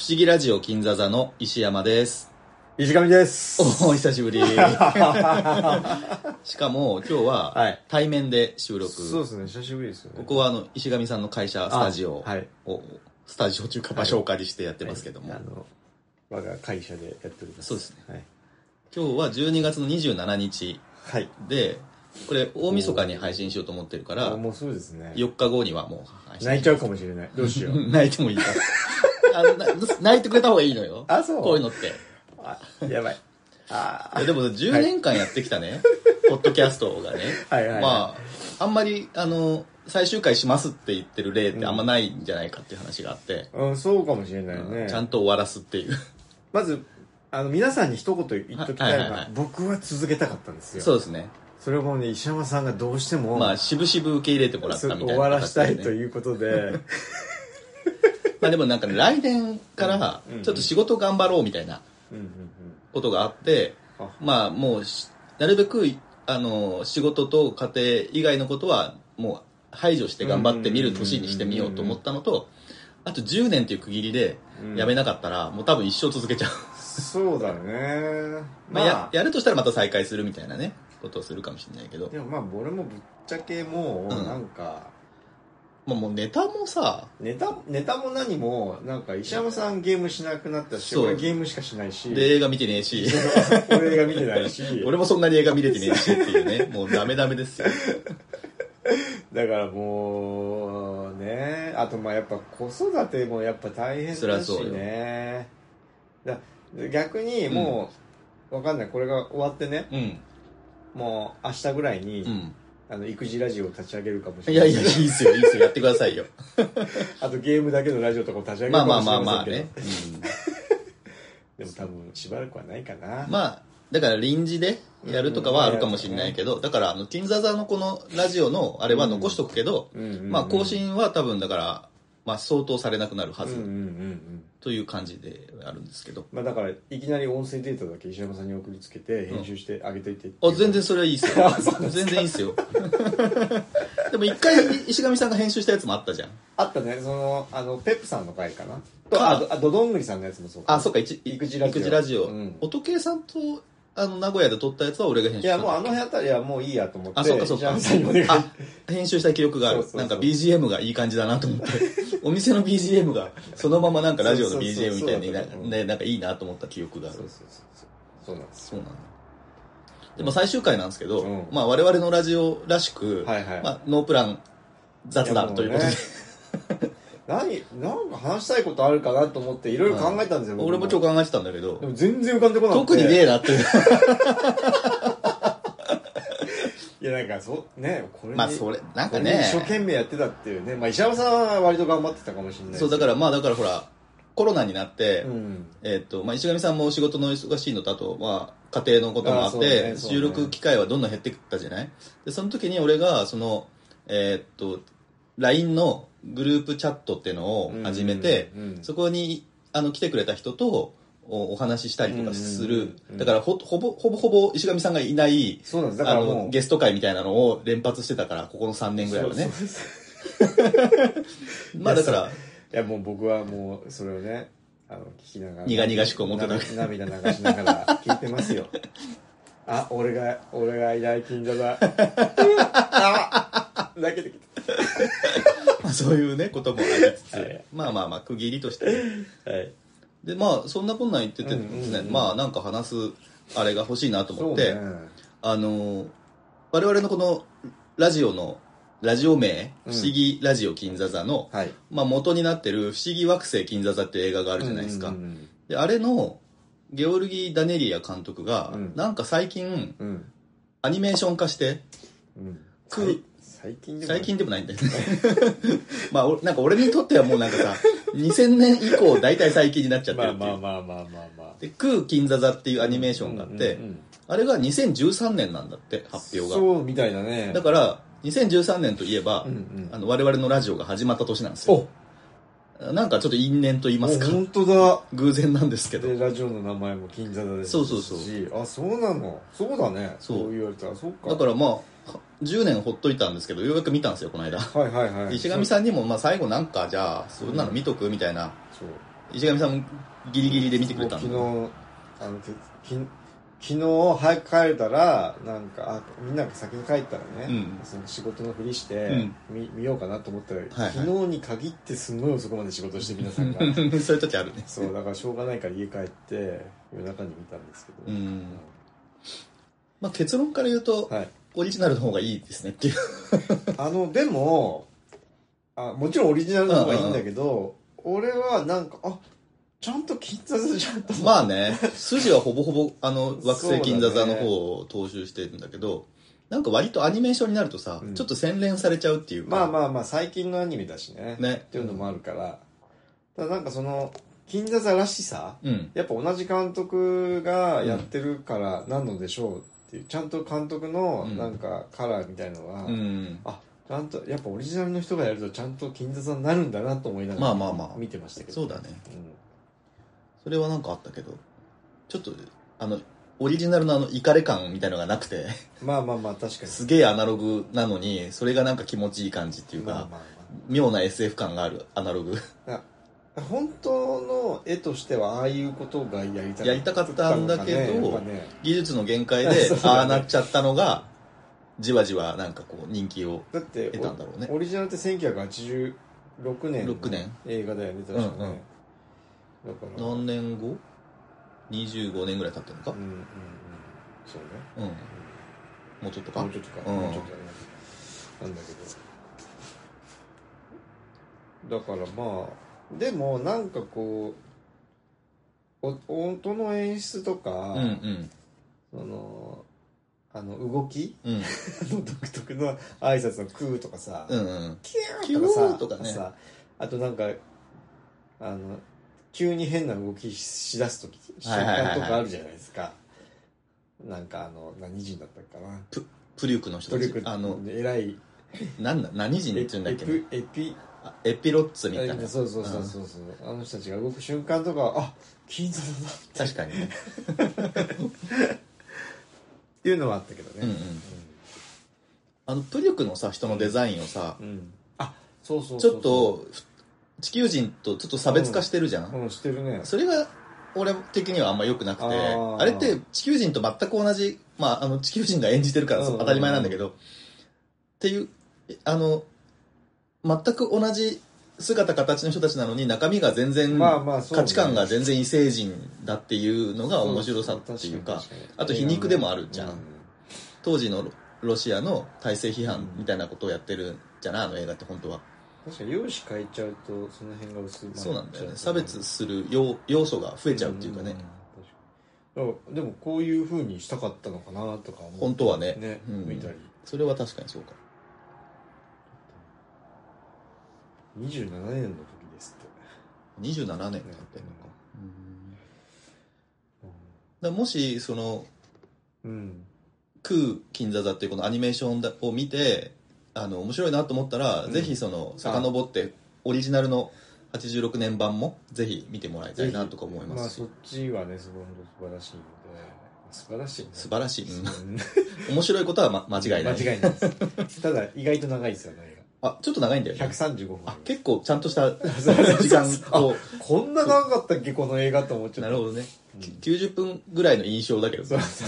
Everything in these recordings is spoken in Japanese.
思議ラジオ金座座の石山です。 石上です。 お久しぶり。しかも今日は対面で収録。 そうですね、久しぶりですよね。 ここは石上さんの会社スタジオを、スタジオ中か場所をお借りしてやってますけども、 我が会社でやっております。 そうですね、今日は12月の27日で、これ大晦日に配信しようと思ってるから、 もうそうですね、 4日後にはもう配信。 泣いちゃうかもしれない。どうしよう。 泣いてもいいか。泣いてくれた方がいいのよ。 あ、そう。 こういうのって。 やばい。 でも10年間やってきたね、ポッドキャストがね、まああんまり最終回しますって言ってる例ってあんまないんじゃないかっていう話があって、 そうかもしれないね、 ちゃんと終わらすっていう。 まず皆さんに一言言っときたいのは、僕は続けたかったんですよ。 そうですね。 それをもうね、石山さんがどうしてもまあ渋々受け入れてもらったみたいな、 終わらしたいということでまあでもなんかね、来年からちょっと仕事頑張ろうみたいなことがあって、まあもうなるべく仕事と家庭以外のことはもう排除して頑張ってみる年にしてみようと思ったのと、あと10年っていう区切りでやめなかったらもう多分一生続けちゃう。 そうだね。 まあやるとしたらまた再開するみたいなねことをするかもしれないけど、 でもまあ俺もぶっちゃけもうなんか、 まあ、もうネタもさ、 ネタも何もなんか石山さんゲームしなくなったし、俺ゲームしかしないし、 で映画見てねえし俺映画見てないし俺もそんなに映画見れてねえしっていうね、もうダメですよ。 だからもうね、あとまあやっぱ子育てもやっぱ大変だしね。逆にもう分かんない、これが終わってね、もう明日ぐらいに、育児ラジオを立ち上げるかもしれない。 いやいいっすよやってくださいよ。 あとゲームだけのラジオとかも立ち上げるかもしれませんけど、 ね、 でも多分しばらくはないかな。 まあだから臨時でやるとかはあるかもしれないけど、だから金座座のこのラジオのあれは残しとくけど、まあ更新は多分だからまあ相当されなくなるはずという感じであるんですけど、 まあだからいきなり音声データだけ石山さんに送りつけて編集してあげといて、 全然それはいいっすよ。全然いいっすよ。でも一回石上さんが編集したやつもあったじゃん。 あったね、ペップさんの回かなと、ドドングリさんのやつもそうか。 そっか、育児ラジオ。音系さんと名古屋で撮ったやつは俺が編集した。 いやもうあの辺あたりはもういいやと思って、 そうか編集した記憶がある。なんか BGM がいい感じだなと思ってお店の BGM がそのままなんかラジオの BGM みたいにね、なんかいいなと思った記憶がある。 そうなんです。 そうなんだ。でも最終回なんですけど、まあ我々のラジオらしく、まあノープラン雑談ということで、 なんか話したいことあるかなと思っていろいろ考えたんですよ。 俺も今日考えてたんだけど、 でも全然浮かんでこなくて。 特にねえなっていやなんかね、これまあそれなんかね、 一生懸命やってたっていうね。まあ石山さんは割と頑張ってたかもしれない。 そうだからほらコロナになって、まあ石上さんも仕事の忙しいのと、あとまあ家庭のこともあって、収録機会はどんどん減ってきたじゃない。でその時に俺がLINE のグループチャットっていうのを始めて、そこに来てくれた人とお話ししたりとかする。だからほぼ石上さんがいない、 そうなんです。だからもうゲスト会みたいなのを連発してたから、ここの3年ぐらいはね。まあだからいやもう僕はもうそれをね聞きながら苦々しく思ってた。 涙流しながら聞いてますよ。俺がいない金座だ。泣けてきた。 そういうねこともありつつ、まあ区切りとして、でまあそんなこんなん言っててですね、まあなんか話すあれが欲しいなと思って、我々のこのラジオ名不思議ラジオ金座座の、まあ元になってる不思議惑星金座座っていう映画があるじゃないですか。であれのゲオルギー・ダネリア監督が、なんか最近、アニメーション化して、最近でもないんだよね。まあなんか俺にとってはもうなんかさ、2000年以降大体最近になっちゃってるっていう。で空金座座っていうアニメーションがあって、あれが2013年なんだって発表が。 そうみたいだね。 だから2013年といえば、我々のラジオが始まった年なんですよ。なんかちょっと因縁と言いますか、 本当だ、 偶然なんですけど、 でラジオの名前も金座座ですし、そうなの、そうだね、そう言われたらそうか。 だからまあ10年ほっといたんですけど、ようやく見たんですよこの間。石上さんにもまあ最後なんかじゃあそんなの見とくみたいな石上さんもギリギリで見てくれたの？ 昨日早く帰れたらなんかみんなが先に帰ったらね、その仕事のふりして、見ようかなと思ったら、昨日に限ってすごい遅くまで仕事して皆さんがそういう時あるね。 そうだからしょうがないから家帰って夜中に見たんですけど、 まあ、結論から言うと、オリジナルの方がいいですねっていうでももちろんオリジナルの方がいいんだけど、俺はなんかちゃんと金座座じゃんと。 まあね、筋はほぼほぼ惑星金座座の方を踏襲してるんだけど、なんか割とアニメーションになるとさ、ちょっと洗練されちゃうっていうか。 まあ最近のアニメだしね。っていうのもあるから。ただなんかその金座座らしさ、やっぱ同じ監督がやってるからなのでしょうっていう、ちゃんと監督のなんかカラーみたいのは、ちゃんとやっぱオリジナルの人がやるとちゃんと金座座になるんだなと思いながら見てましたけど。 そうだね。それはなんかあったけど、ちょっとオリジナルのイカレ感みたいのがなくてまあ確かにすげえアナログなのにそれがなんか気持ちいい感じっていうか、妙な SF 感があるアナログ本当の絵としてはああいうことがやりたかったんだけど、技術の限界でああなっちゃったのがじわじわなんかこう人気を得たんだろうね。 オリジナルって1986年の映画だよね、確かね。だから何年後 ?25 年ぐらい経ってるのか。 そうね。 もうちょっとか。 もうちょっとか。もうちょっとなんだけど。だからまあでもなんかこう音の演出とか、その動き、独特の挨拶のクーとかさ、キューとかさ、あとなんか急に変な動きしだす時瞬間とかあるじゃないですか。なんか何人だったかな。 プリュクの人たち。 偉い。 何人って言うんだっけ。エピロッツみたいな。 そう。あの人たちが動く瞬間とか、金座だなって。 確かにね。 っていうのはあったけどね。 プリュクのさ人のデザインをさ、 そうちょっと地球人とちょっと差別化してるじゃん。 してるね。 それが俺的にはあんま良くなくて、あれって地球人と全く同じ、地球人が演じてるから当たり前なんだけど、っていう全く同じ姿形の人たちなのに中身が全然、価値観が全然異星人だっていうのが面白さっていうか、あと皮肉でもあるじゃん。当時のロシアの体制批判みたいなことをやってるじゃない、映画って本当は。 確かに容姿変えちゃうとその辺が薄い。 そうなんだよね。差別する要素が増えちゃうっていうかね。 でもこういう風にしたかったのかなとか思って、 本当はね、 見たり。それは確かにそうか。 27年の時ですって。 27年経ってんのか。もしその、空金座座っていうこのアニメーションを見て面白いなと思ったら、ぜひその遡ってオリジナルの86年版もぜひ見てもらいたいなとか思います。 そっちはねすごい素晴らしいので、 素晴らしい、面白いことは間違いない。 間違いないですただ意外と長いですよね。 ちょっと長いんだよね。 135分。 結構ちゃんとした時間をこんな長かったっけこの映画と思っちゃった。 なるほどね。90分ぐらいの印象だけど。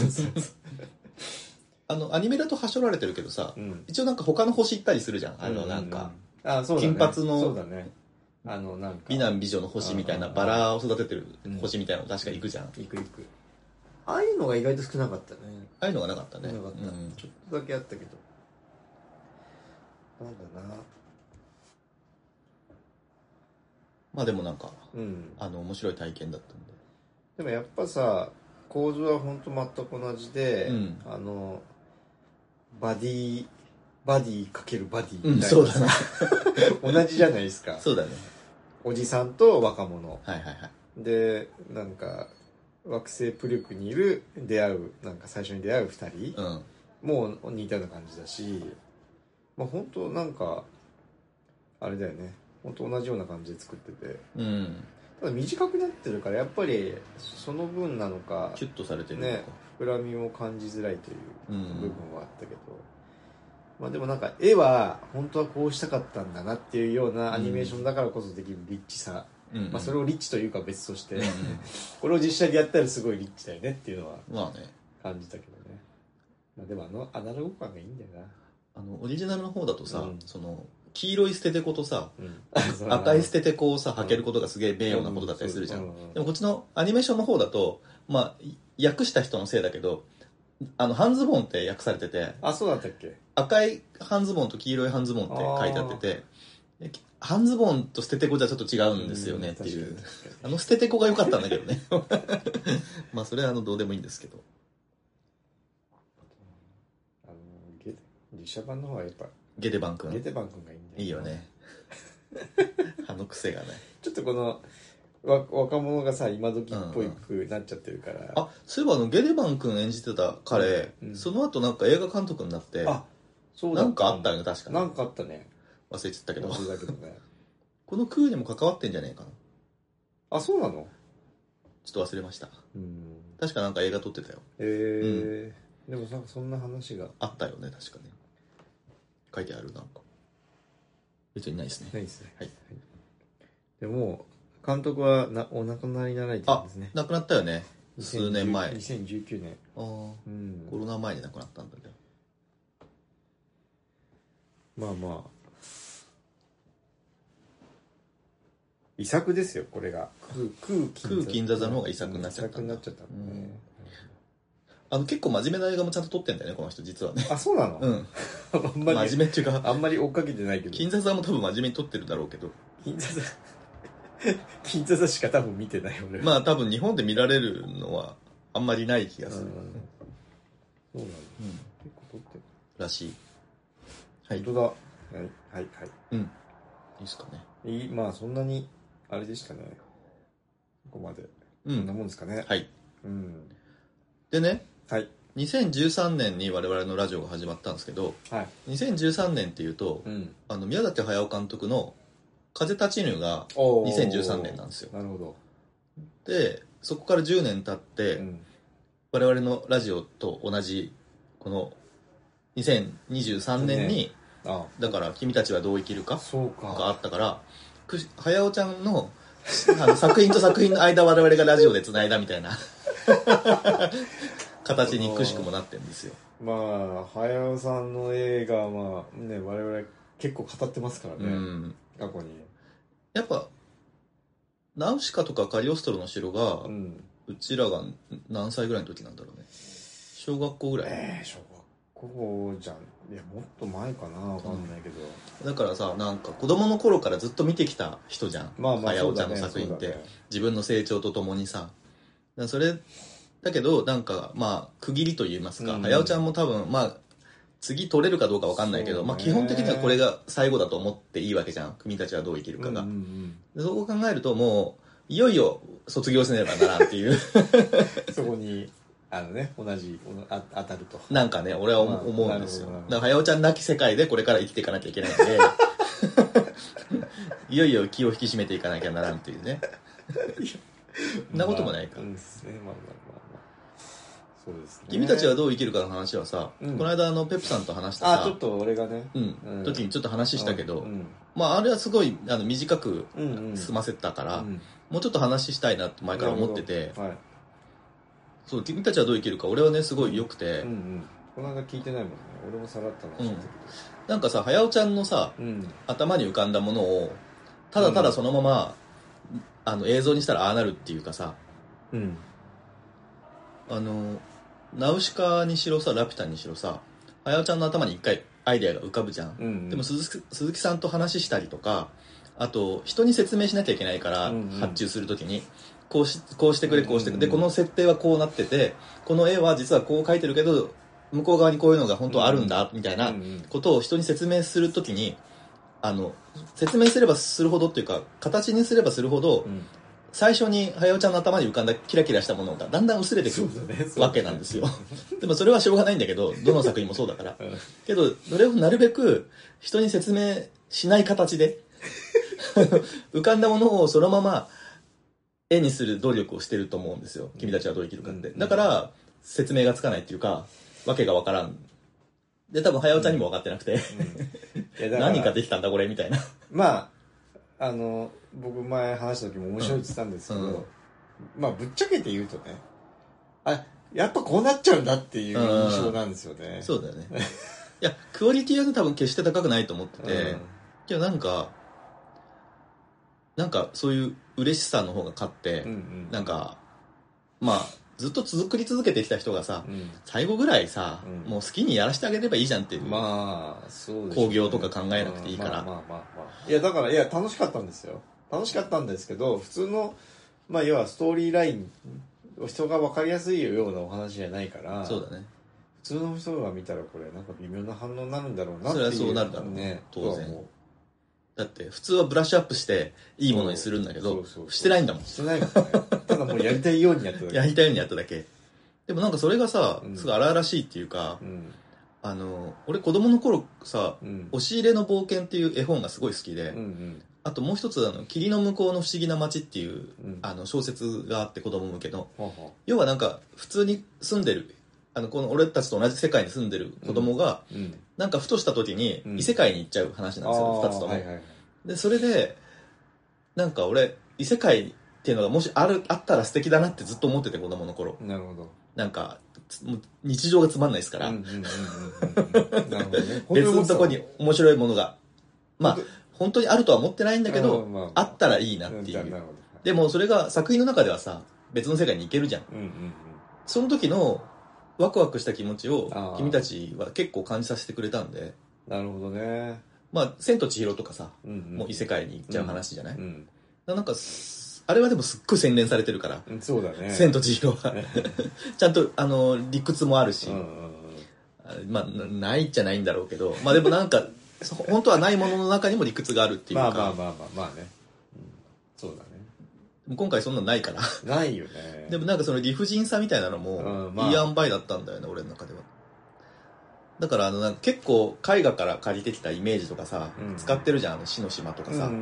アニメだとはしょられてるけどさ、一応なんか他の星行ったりするじゃん。なんか金髪のなんか美男美女の星みたいな、バラを育ててる星みたいなの確か行くじゃん。 行く。ああいうのが意外と少なかったね。 ああいうのがなかったね。 なかった。ちょっとだけあったけど。なんだな。 でもなんか、面白い体験だったんで。 でもやっぱさ、構図は本当全く同じで、バディかけるバディみたいな、 そうだね同じじゃないですか。 そうだね。 おじさんと若者、 はいでなんか惑星プリュクにいるなんか最初に出会う2人、もう似たような感じだし、本当なんかあれだよね、本当同じような感じで作ってて、ただ短くなってるからやっぱりその分なのかキュッとされてるのか、 膨らみも感じづらいという部分はあったけど、でもなんか絵は本当はこうしたかったんだなっていうようなアニメーションだからこそできるリッチさまあ、それをリッチというか別として、これを実写でやったらすごいリッチだよねっていうのはまあね感じたけどね、まあ、でもアナログ感がいいんだよな。 オリジナルの方だとさ、その黄色い捨ててことさ、 うん、 赤い捨ててこをさ履けることがすげえ名誉なことだったりするじゃん、でもこっちのアニメーションの方だとまあ訳した人のせいだけど半ズボンって訳されてて、 あ、そうだったっけ。 赤い半ズボンと黄色い半ズボンって書いてあってて、半ズボンと捨ててこじゃちょっと違うんですよねっていう、捨ててこが良かったんだけどねまあそれはどうでもいいんですけど、 実写版の方はやっぱゲテバン君がいいんだよ。 いいよね癖がねちょっとこの若者がさ今時っぽくなっちゃってるから、 あ、そういえばゲデバン君演じてた彼、その後なんか映画監督になって、あ、そうだ、なんかあったよね、確かに。 なんかあったね、 忘れちゃったけどねこのクーにも関わってんじゃねえかな。 あ、そうなの。 ちょっと忘れました。確かなんか映画撮ってたよ。 でもなんかそんな話があったよね、確かに書いてある。なんか別にないですね。 ないですね。 はい。 でも監督はお亡くなりになられてるんですね。 亡くなったよね、数年前。 2019年。 コロナ前に亡くなったんだけど。 まあまあ遺作ですよこれが。 空金座座の方が遺作になっちゃったんだ。結構真面目な映画もちゃんと撮ってんだよねこの人実はね。 あ、そうなの。 あんまり真面目っていうかあんまり追っかけてないけど。 金座座も多分真面目に撮ってるだろうけど。 金座座しか多分見てない俺。 まあ多分日本で見られるのはあんまりない気がする。 そうなんだ。結構撮ってるらしい。 本当だ。はい。 いいですかね。 まあそんなにあれでしたね。ここまで。こんなもんですかね。 はい。でね。 はい。 2013年に我々のラジオが始まったんですけど、2013年っていうと、宮崎駿監督の風立ちぬが2013年なんですよ。 なるほど。 でそこから10年経って、我々のラジオと同じこの2023年に、だから君たちはどう生きるかがあったから、駿ちゃんの作品と作品の間我々がラジオでつないだみたいな形にくしくもなってるんですよ。 まあ駿さんの映画はまあね我々結構語ってますからね、過去に。やっぱナウシカとかカリオストロの城が、うちらが何歳ぐらいの時なんだろうね。小学校ぐらい。 小学校じゃん。いやもっと前かな、わかんないけど、 だからさ、なんか子供の頃からずっと見てきた人じゃん、駿ちゃんの作品って、自分の成長とともにさ。それだけどなんかまあ区切りといいますか、駿ちゃんも多分まあ次取れるかどうかわかんないけど、まあ基本的にはこれが最後だと思っていいわけじゃん、君たちはどう生きるかが。そこを考えるともういよいよ卒業しねばならんっていうそこに同じ当たるとなんかね、俺は思うんですよ。だから駿ちゃんなき世界でこれから生きていかなきゃいけないんでいよいよ気を引き締めていかなきゃならんっていうねそんなこともないか。 そうですね。 君たちはどう生きるかの話はさ、この間ペプさんと話したさ、 ちょっと俺がね、 時にちょっと話したけど、まああれはすごい短く済ませたから、もうちょっと話したいなって前から思ってて、そう、君たちはどう生きるか俺はねすごい良くて、 この間聞いてないもんね。俺もさらっと話してたけど、 なんかさ、駿ちゃんのさ、頭に浮かんだものをただただそのまま、映像にしたらああなるっていうかさ、ナウシカにしろさラピュタにしろさ、駿ちゃんの頭に一回アイデアが浮かぶじゃん、でも鈴木さんと話したりとか、あと人に説明しなきゃいけないから、発注するときにこうしてくれこうしてくれ、でこの設定はこうなってて、この絵は実はこう描いてるけど向こう側にこういうのが本当はあるんだ、みたいなことを人に説明するときに、説明すればするほどっていうか形にすればするほど、最初に駿ちゃんの頭に浮かんだキラキラしたものがだんだん薄れてくるわけなんですよでもそれはしょうがないんだけど、どの作品もそうだからけどそれをなるべく人に説明しない形で浮かんだものをそのまま絵にする努力をしてると思うんですよ、君たちはどう生きるかって。だから説明がつかないっていうか、わけがわからんで、多分駿ちゃんにも分かってなくて、何ができたんだこれみたいな。 まあ僕前話した時も面白いって言ったんですけど、 うん、 まあぶっちゃけて言うとね、やっぱこうなっちゃうんだっていう印象なんですよね。 そうだよね。いや、クオリティはね、多分決して高くないと思ってて、けどなんかそういう嬉しさの方が勝って、なんか、まあ、ずっと作り続けてきた人がさ、最後ぐらいさ、もう好きにやらせてあげればいいじゃんっていう。 まあ、そうですね。 興行とか考えなくていいから。 まあ。いや、だから、楽しかったんですよ。楽しかったんですけど、普通の、まあ、要はストーリーライン、人が分かりやすいようなお話じゃないから、 そうだね。 普通の人が見たらこれ、なんか微妙な反応になるんだろうなっていう。 それはそうなるだろうね、 当然。だって普通はブラッシュアップしていいものにするんだけど、してないんだもん。 してないもんね。ただもうやりたいようにやっただけ。 やりたいようにやっただけ。でもなんかそれがさ、すごい荒々しいっていうか、俺子供の頃さ、押し入れの冒険っていう絵本がすごい好きで、あともう一つ霧の向こうの不思議な街っていう、小説があって子供向けの、要はなんか普通に住んでるこの俺たちと同じ世界に住んでる子供が、なんかふとした時に異世界に行っちゃう話なんですよ、二つとも。でそれでなんか俺異世界っていうのがもしあったら素敵だなってずっと思ってて、子供の頃。 なるほど。 なんか日常がつまんないですから、 なるほどね。 別のとこに面白いものがまあ本当にあるとは思ってないんだけど、あったらいいなっていう。でもそれが作品の中ではさ、別の世界に行けるじゃん。その時のワクワクした気持ちを君たちは結構感じさせてくれたんで。 なるほどね。 まあ千と千尋とかさ、もう異世界に行っちゃう話じゃない、なんかあれはでもすっごい洗練されてるから、 そうだね、 千と千尋はちゃんと理屈もあるし、まあないっちゃないんだろうけど、まあでもなんか本当はないものの中にも理屈があるっていうか、 まあね、そうだね。 今回そんなのないからないよね。 でもなんかその理不尽さみたいなのもいい塩梅だったんだよね、俺の中では。だからなんか結構絵画から借りてきたイメージとかさ、使ってるじゃん、死の島とかさ、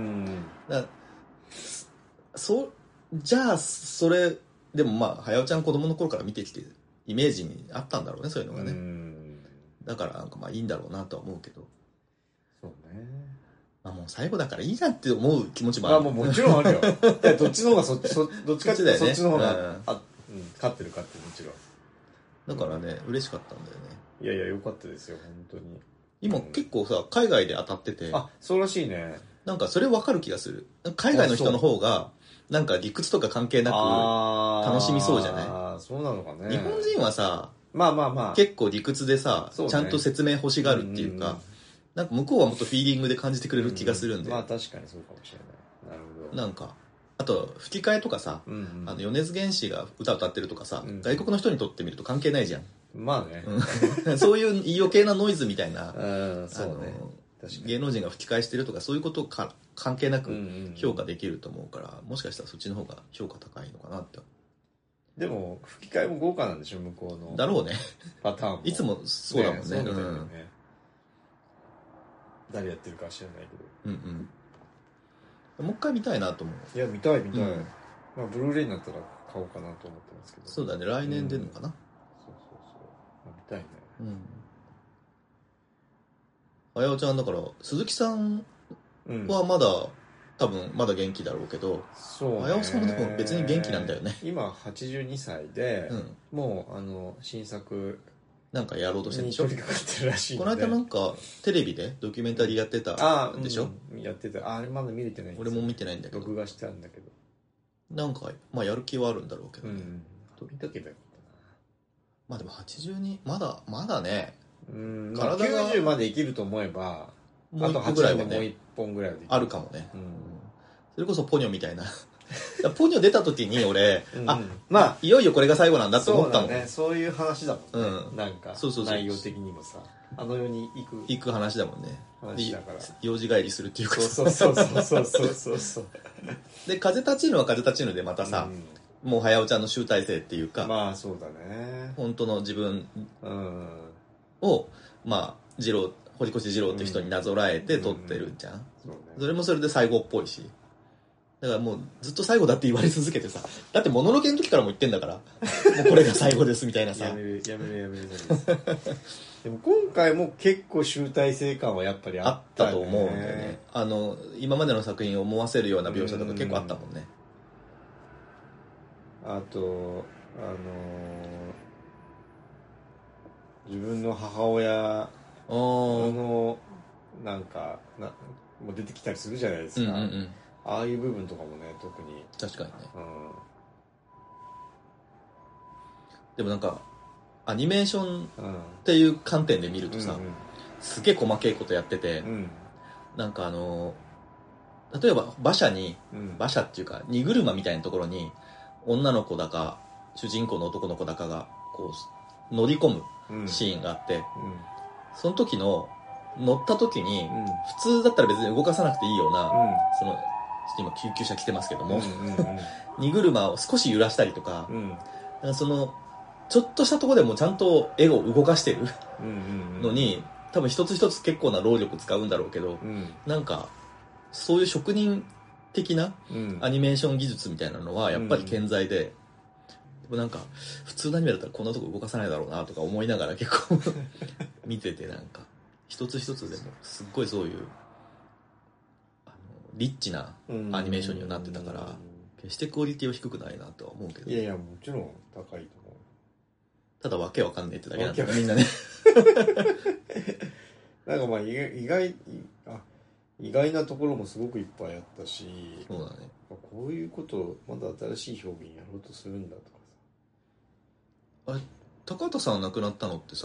じゃあそれでもまあ早尾ちゃん子供の頃から見てきてイメージにあったんだろうね、そういうのがね。だからなんかまあいいんだろうなとは思うけど、 そうね、 まあもう最後だからいいじゃんって思う気持ちもある。 もうもちろんあるよいやどっちの方がどっちかっていうとそっちの方が勝ってるもちろん。 だからね、嬉しかったんだよね。 いや良かったですよ本当に。 今結構さ海外で当たってて、 そうらしいね。 なんかそれ分かる気がする。海外の人の方がなんか理屈とか関係なく楽しみそうじゃない？ そうなのかね。 日本人はさ、 まあ結構理屈でさ、ちゃんと説明欲しがるっていうか、なんか向こうはもっとフィーリングで感じてくれる気がするんで。 まあ確かにそうかもしれない。なるほど。 なんかあと吹き替えとかさ、米津玄師が歌歌ってるとかさ、外国の人にとってみると関係ないじゃん。 まあねそういう余計なノイズみたいな、 そうね、 芸能人が吹き替えしてるとかそういうことか関係なく評価できると思うから、もしかしたらそっちの方が評価高いのかなって。 でも吹き替えも豪華なんでしょ、向こうの。 だろうね。 パターンもいつもそうだもんね。 そうだよね、誰やってるか知らないけど。もう一回見たいなと思う。 いや見たい、まあブルーレイになったら買おうかなと思ってますけど。 そうだね、来年出るのかな。 見たいね。 あやおちゃんだから鈴木さんはまだ、多分まだ元気だろうけど、あやおさんも別に元気なんだよね。 今82歳で、もう新作なんかやろうとしてるでしょ。 取り掛かってるらしいんで。 この間なんかテレビでドキュメンタリーやってたでしょ。 やってた。あれまだ見れてないんですよ。 俺も見てないんだけど、 録画してあるんだけど、 なんかまあやる気はあるんだろうけどね。 見とけばよかったな。 まあでも82まだね、 体が90まで生きると思えば、あと8年でもう1本ぐらいはできる。 あるかもね。それこそポニョみたいなポニョ出た時に俺まあいよいよこれが最後なんだと思ったもん。 そういう話だもんね。なんか内容的にもさ、あの世に行く話だもんね。 話だから用事帰りするっていうか、 そうで風立ちぬは風立ちぬでまたさ、もう早尾ちゃんの集大成っていうか、 まあそうだね、 本当の自分をまあ堀越二郎って人になぞらえて撮ってるじゃん。それもそれで最後っぽいし、 だからもうずっと最後だって言われ続けてさ、だってもののけの時からも言ってんだからもうこれが最後ですみたいなさ。 やめるでも今回も結構集大成感はやっぱりあったと思うんだよね。今までの作品を思わせるような描写とか結構あったもんね。 あと自分の母親のなんかもう出てきたりするじゃないですか、ああいう部分とかもね特に確かにね、でもなんかアニメーションっていう観点で見るとさ、すげえ細けいことやってて、なんか例えば馬車っていうか荷車みたいなところに女の子だか主人公の男の子だかがこう乗り込むシーンがあって、その時の乗った時に、普通だったら別に動かさなくていいような、その今救急車来てますけども、荷車を少し揺らしたりとか、そのちょっとしたところでもちゃんと絵を動かしてるのに、多分一つ一つ結構な労力使うんだろうけど、なんかそういう職人的なアニメーション技術みたいなのはやっぱり健在で、でもなんか普通のアニメだったらこんなとこ動かさないだろうなとか思いながら結構見てて、なんか一つ一つでもすっごいそういうリッチなアニメーションにはなってたから、決してクオリティは低くないなとは思うけど。 いやいやもちろん高いと思う。 ただわけわかんねえってだけなんだよみんなねなんかまあ意外なところもすごくいっぱいあったし、 そうだね、 こういうことをまだ新しい表現やろうとするんだとかさ。あれ高畑さん亡くなったのってさ、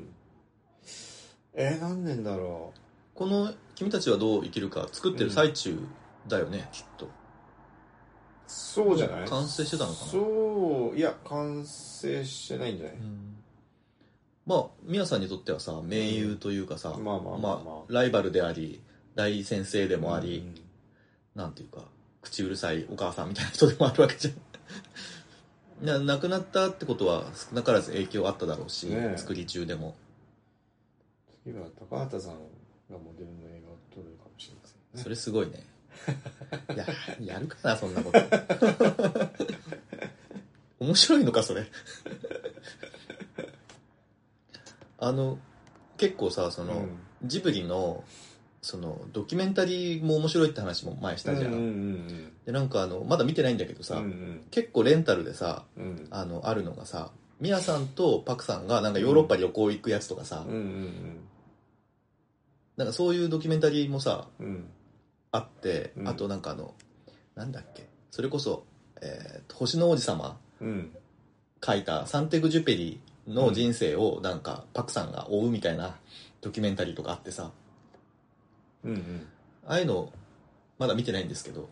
何年だろう。 この「君たちはどう生きるか」作ってる最中だよね、きっと。 そうじゃない？ 完成してたのかな。 そう、いや完成してないんじゃない？ まあ宮さんにとってはさ盟友というかさ、 まあライバルであり大先生でもあり、なんていうか口うるさいお母さんみたいな人でもあるわけじゃん亡くなったってことは少なからず影響あっただろうし、作り中でも。 次は高畑さんがモデルの映画を撮るかもしれませんね。 それすごいねやるかなそんなこと面白いのかそれ結構さジブリのそのドキュメンタリーも面白いって話も前したじゃん。でなんかまだ見てないんだけどさ、結構レンタルでさ、あるのがさ、ミヤさんとパクさんがなんかヨーロッパ旅行行くやつとかさ、なんかそういうドキュメンタリーもさ、あって、あとなんかなんだっけ、それこそ、星の王子様書いたサンテグジュペリの人生をなんかパクさんが追うみたいなドキュメンタリーとかあってさ、ああいうのまだ見てないんですけど、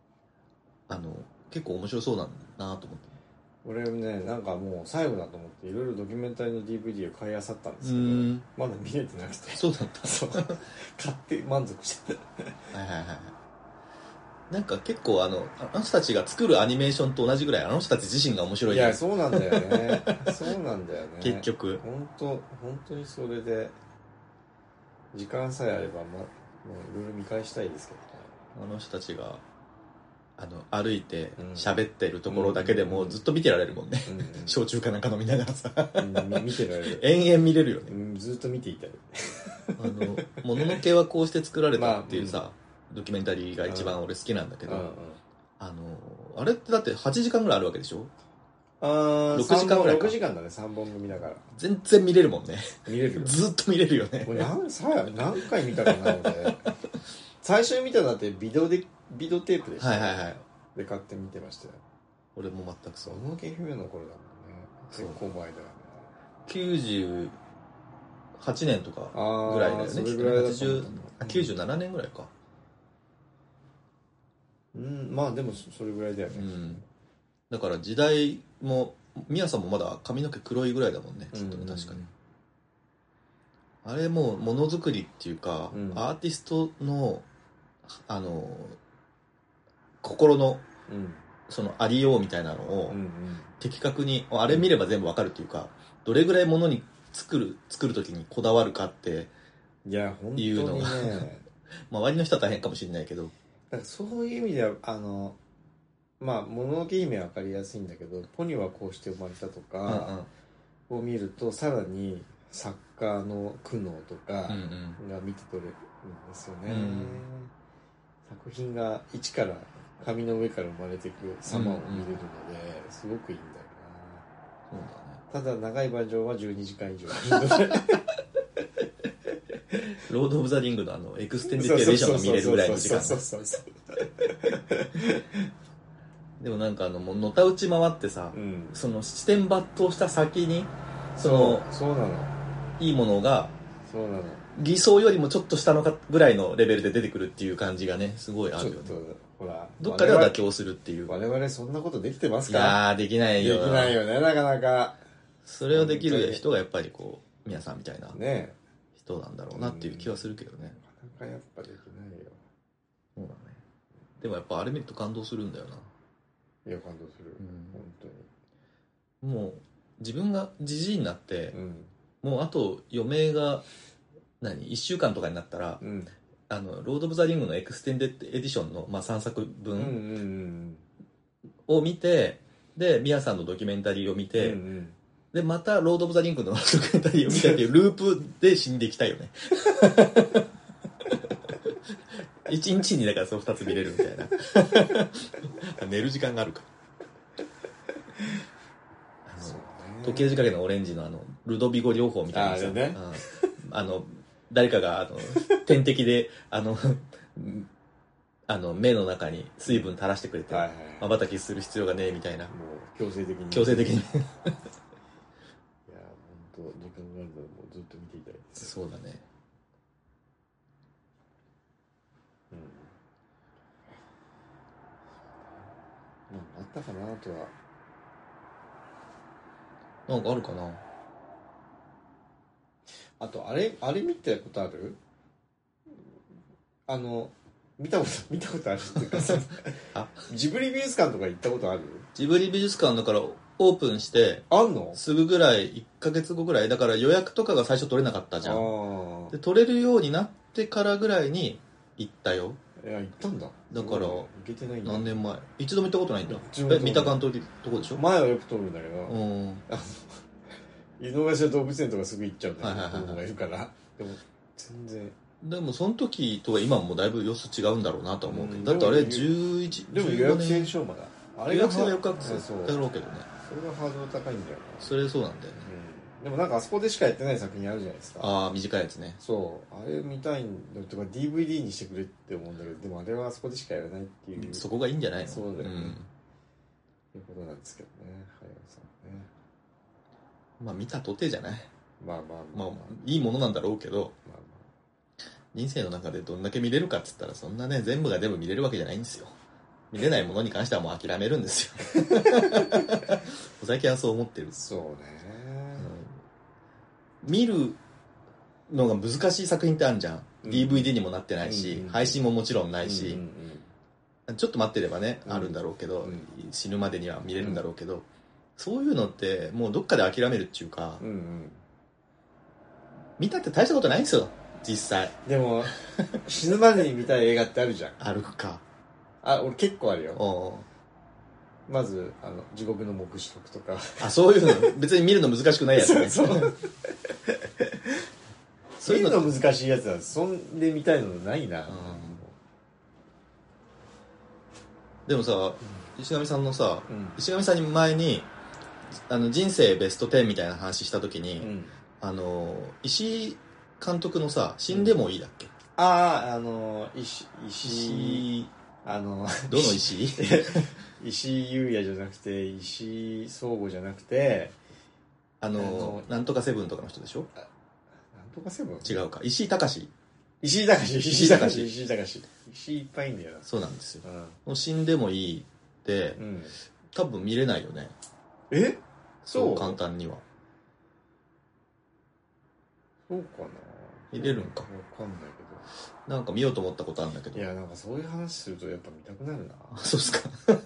結構面白そうだなと思って。 俺ね、なんかもう最後だと思っていろいろドキュメンタリーの DVD を買い漁ったんですけど、まだ見れてなくて。 そうだったそう買って満足してたはいはいはい。なんか結構あの人たちが作るアニメーションと同じぐらいあの人たち自身が面白い。 いやそうなんだよねそうなんだよね結局本当にそれで時間さえあればもういろいろ見返したいですけどね。 あの人たちが歩いて喋ってるところだけでもずっと見てられるもんね、焼酎かなんか飲みながらさ見てられる延々見れるよね、 ずっと見ていたいもののけはこうして作られたっていうさ、ドキュメンタリーが一番俺好きなんだけど、あれってだって8時間ぐらいあるわけでしょ。6時間ぐらいか。 6時間だね、3本組だから全然見れるもんね。 見れるよずっと見れるよね。 俺何回見たかな俺最初に見たのだってビデオテープでした、 はいはいはい、 で買って見てましたよ。 俺も全くそう。 もののけ姫の頃だもんね。結構前だよね。 98年とかぐらいだよね。 それぐらいだった 97年ぐらいか。 まあでもそれぐらいだよね、 だから時代もミヤさんもまだ髪の毛黒いぐらいだもんね、きっとね、確かに。あれもうものづくりっていうか、アーティストの心の、そのありようみたいなのを的確にあれ見れば全部わかるっていうか、どれぐらいものに作る時にこだわるかっていうのが周りの人は大変かもしれないけど、 だからそういう意味ではまあもののけ姫は分かりやすいんだけど、ポニョはこうして生まれたとかを見ると、さらに作家の苦悩とかが見て取れるんですよね、作品が一から紙の上から生まれていく様を見れるので、すごくいいんだよな。そうだね。ただ長いバージョンは12時間以上ロード・オブ・ザ・リングのエクステンデッド・エディションが見れるぐらいの時間。でもなんかもうのたうち回ってさ、その七点抜刀した先にそうなの、 いいものがそうなの、 偽装よりもちょっと下のぐらいのレベルで出てくるっていう感じがね、すごいあるよね。ちょっとほら、どっかでは妥協するっていう。 我々そんなことできてますか？ いやー、できないよ。 できないよね、なかなか。 それをできる人がやっぱり皆さんみたいな人なんだろうなっていう気はするけどね。 なかなかやっぱできないよ。 そうだね。でもやっぱあれ見ると感動するんだよな。 いや、感動する、本当に。もう自分がじじいになって、もうあと余命が1週間とかになったら、ロード・オブ・ザ・リングのエクステンデッド・エディションの、3作分を見て、でミヤさんのドキュメンタリーを見て、でまたロード・オブ・ザ・リングのドキュメンタリーを見てっていうループで死んでいきたいよね。一日にだからその2つ見れるみたいな。寝る時間があるから時計仕掛けのオレンジのルドビゴ療法みたいなさ、ね、誰かが点滴で目の中に水分垂らしてくれて瞬きする必要がねえみたいな、もう強制的にいや本当時間があるのもうずっと見ていたいです。 そうだね。 あったかなとは。 なんかあるかな。 あとあれ見たことある？見たことあるっていうかさジブリ美術館とか行ったことある？ ジブリ美術館だからオープンしてあんの？ すぐぐらい1ヶ月後ぐらいだから予約とかが最初取れなかったじゃん。で取れるようになってからぐらいに行ったよ。 いや行ったんだ。 だから行けてないんだ。 何年前？一度も行ったことないんだ。見た感とこでしょ？ 前はよく通るんだけど、井の頭動物園とかすぐ行っちゃうんだよ、子供がいるから。でも全然。 でもその時とは今もだいぶ様子違うんだろうなと思うけど、だってあれ11 でも予約制でしょまだ。 あれ予約制だろうけどね。 それがハードル高いんだよな。 それそうなんだよね。 でもなんかあそこでしかやってない作品あるじゃないですか。 ああ短いやつね。 そうあれ見たいんだとか DVD にしてくれって思うんだけど、でもあれはあそこでしかやらないっていう、 そこがいいんじゃないの？ そうだよね、いうことなんですけどね、早尾さんね。 まあ見たとてじゃない。 まあいいものなんだろうけど、人生の中でどんだけ見れるかっつったらそんなね全部が全部見れるわけじゃないんですよ。見れないものに関してはもう諦めるんですよ。最近はそう思ってる。 そうね、 見るのが難しい作品ってあるじゃん、DVD にもなってないし、配信ももちろんないし、ちょっと待ってればね、あるんだろうけど、死ぬまでには見れるんだろうけど、そういうのってもうどっかで諦めるっていうか、見たって大したことないんですよ実際。 でも死ぬまでに見たい映画ってあるじゃん。 あるか。 俺結構あるよ。まず地獄の黙示録とか。 そういうの別に見るの難しくないやつね。 そういうの難しいやつはそんで見たいのないな。 でもさ、石上さんのさ、石上さんに前に人生ベスト10みたいな話した時に、石井監督のさ死んでもいいだっけ？石どの石井？ 石井優也じゃなくて石井壮吾じゃなくてなんとかセブンとかの人でしょ？ なんとかセブン？ 違うか。石井隆。 石井隆石井いっぱいいんだよな。 そうなんですよ、もう死んでもいいって、多分見れないよね。そう簡単には。 そうかな。 見れるんか。 わかんないけど。なんか見ようと思ったことあるんだけど。 いやなんかそういう話するとやっぱ見たくなるな。 そうっすか。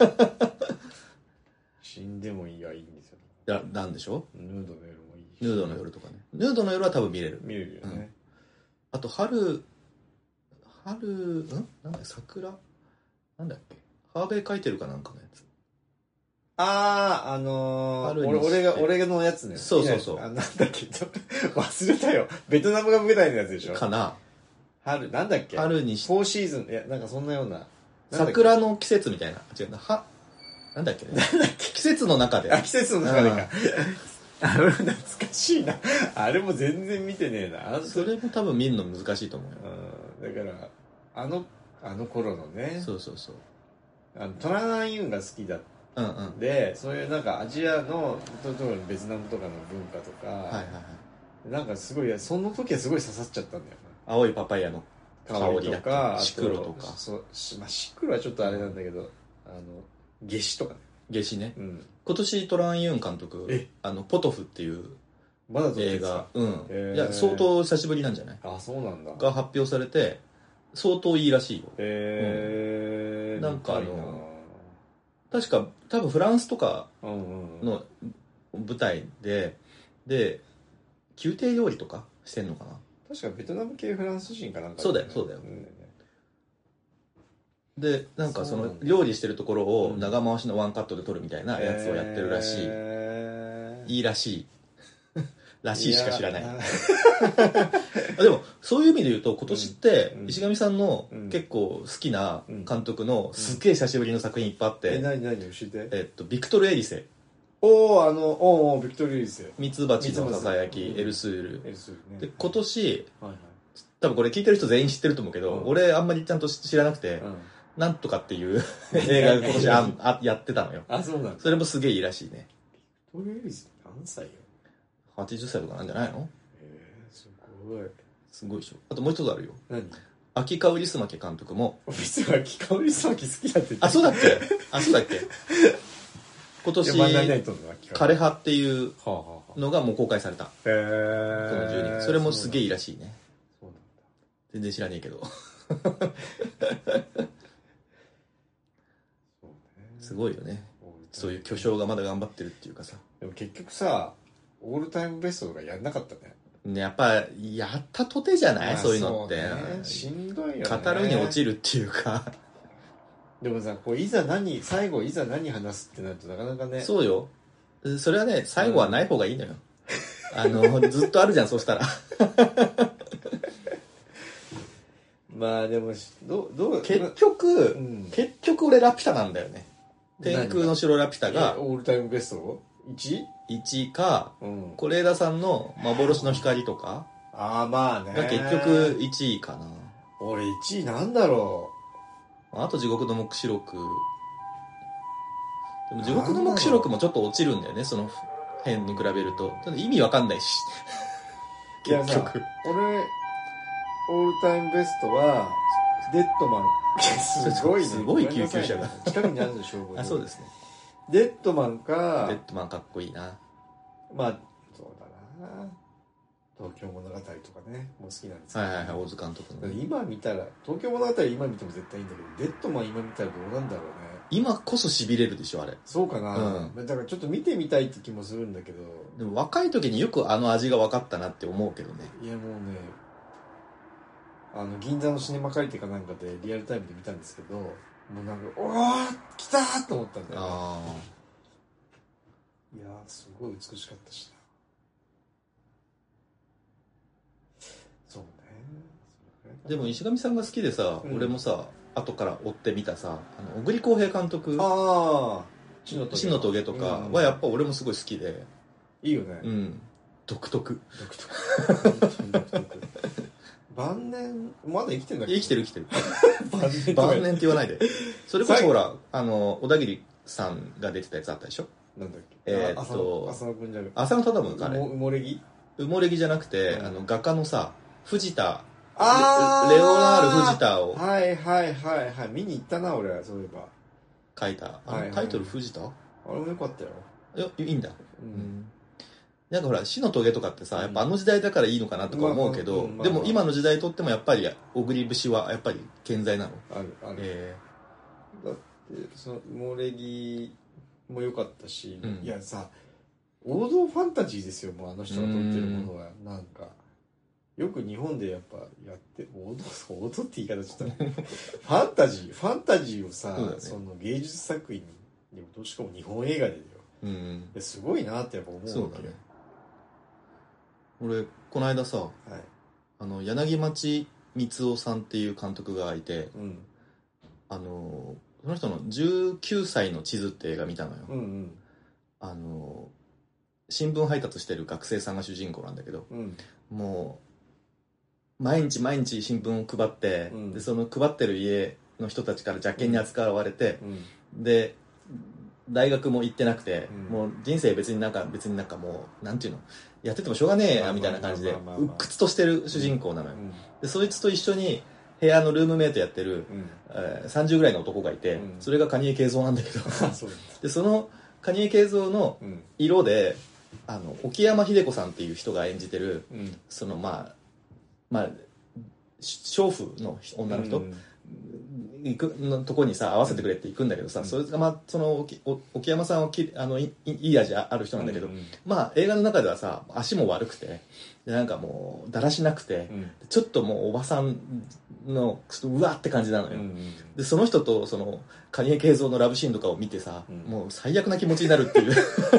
死んでもいいはいいんですよ。 なんでしょ？ ヌードの夜もいいし。 ヌードの夜とかね。ヌードの夜は多分見れる。 見れるよね。 あとなんだよ桜なんだっけ、ハーベイ書いてるかなんかのやつ。 俺のやつね。 そうそうそう。 なんだっけ、忘れたよ。ベトナムが舞台のやつでしょ。 かな。 なんだっけ、 春に 4シーズン、いや、なんかそんなような。 桜の季節みたいな。違うな。なんだっけね。 なんだっけ、 季節の中で。 季節の中でか。懐かしいな。あれも全然見てねえな。 それも多分見るの難しいと思うよ。 だから、あの頃のね。 そうそうそう。 トランアンユンが好きだった。で、そういうなんかアジアの、ベトナムとかの文化とか、はいはいはい。なんかすごい、その時はすごい刺さっちゃったんだよな。 青いパパイヤの香りとか、 シクロとか。 シクロはちょっとあれなんだけど、夏至とかね。 夏至ね。今年トラン・ユン監督、ポトフっていう映画、いや、相当久しぶりなんじゃない？ あ、そうなんだ。 が発表されて、相当いいらしいよ。なんか確か多分フランスとかの舞台で、宮廷料理とかしてんのかな。 確かベトナム系フランス人かなんか、 そうだよ。で、なんかその料理してるところを長回しのワンカットで撮るみたいなやつをやってるらしい。いいらしい。らしいしか知らない。でも、そういう意味で言うと、今年って、石上さんの結構好きな監督のすっげえ久しぶりの作品いっぱいあって。 何教えて。 ビクトル・エリセ。 ビクトル・エリセ。 ミツバチのささやき、エルスール。で、今年、多分これ聞いてる人全員知ってると思うけど、俺あんまりちゃんと知らなくて、なんとかっていう映画が今年やってたのよ。 あ、そうなんだ。 それもすげえいいらしいね。 ビクトル・エリセ何歳よ。 80歳とかなんじゃないの？ すごい。 すごいでしょ。あともう一つあるよ。 何？ 秋川リスマケ監督も。 実は秋川リスマケ好きだって言って。 あ、そうだっけ？今年、枯葉っていうのがもう公開された。その12月。それもすげえいいらしいね。そうなんだ。全然知らねえけど。すごいよね。そういう巨匠がまだ頑張ってるっていうかさ。 でも結局さ、オールタイムベストとかやんなかったね。 やっぱやったとてじゃない？そういうのって、 しんどいよね。 語るに落ちるっていうか。 でもさ、最後いざ何話すってなるとなかなかね。 そうよ。それはね、最後はない方がいいのよ。ずっとあるじゃん、そしたら。 まあでも結局俺ラピュタなんだよね。天空の城ラピュタがオールタイムベスト 1 か、是枝さんの幻の光とか、 まあね、 が結局1位かな。 俺1位なんだろう。あと地獄の黙示録。でも地獄の黙示録もちょっと落ちるんだよね、その辺に比べると。意味わかんないし。結局俺オールタイムベストはデッドマン。すごいね。 すごい救急車が近くにあるんでしょう。 あ、そうですね。 デッドマンか。 デッドマンかっこいいな。 まあそうだな。東京物語とかね、もう好きなんですけど。 はいはいはい、大津監督の。 今見たら東京物語今見ても絶対いいんだけど、デッドマン今見たらどうなんだろうね。 今こそ痺れるでしょあれ。 そうかな。だからちょっと見てみたいって気もするんだけど。 でも若い時によくあの味が分かったなって思うけどね。 いやもうね。銀座のシネマ借りてかなんかでリアルタイムで見たんですけど、もうなんかおー来たーと思ったんだよね。いやーすごい美しかったしな。そうね。 でも石上さんが好きでさ、俺もさ後から追ってみたさ、小栗浩平監督、死の棘とかはやっぱ俺もすごい好きで、 いいよね。 独特。 晩年まだ生きてんだっけ？ 生きてる晩年って言わないで。それこそほら小田切さんが出てたやつあったでしょ。 なんだっけ？浅野くんじゃなくて浅野忠信かあれ。 埋もれ木じゃなくて、画家のさ藤田レオナール藤田をはい見に行ったな俺。そういえば書いたタイトル藤田。 あれもよかったよ。 いいんだ。なんかほら死の棘とかってさ、やっぱあの時代だからいいのかなとか思うけど、でも今の時代とってもやっぱり小栗節はやっぱり健在なの。 あるだってその埋もれ木も良かったし、いやさ王道ファンタジーですよ、もうあの人が撮ってるものは。なんかよく日本でやっぱやって踊って言い方ちょっとファンタジーをさ、ね、その芸術作品にもしかも日本映画でだよ、 うんうん、 すごいなってやっぱ思うわけよ。そうだね。 俺この間さ、はい、柳町光雄さんっていう監督がいて、うん、その人の19歳の地図って映画見たのよ、うんうん、新聞配達してる学生さんが主人公なんだけど、うん、もう毎日新聞を配って、うん、でその配ってる家の人たちから邪険に扱われて、うん、で大学も行ってなくて、うん、もう人生別になんかもうなんていうのやっててもしょうがねえやみたいな感じで鬱屈としてる主人公なのよ、うん、でそいつと一緒に部屋のルームメイトやってる、30ぐらいの男がいて、それが蟹江慶三なんだけどでその蟹江慶三の色で、沖山秀子さんっていう人が演じてる、そのまあ娼婦の女の人、のとこにさ合わせてくれって行くんだけどさ、それがその沖山さんはいい味ある人なんだけど、映画の中ではさ足も悪くてでなんかもうだらしなくて、ちょっともうおばさんのうわって感じなのよ、でその人とその蟹江慶三のラブシーンとかを見てさ、もう最悪な気持ちになるっていう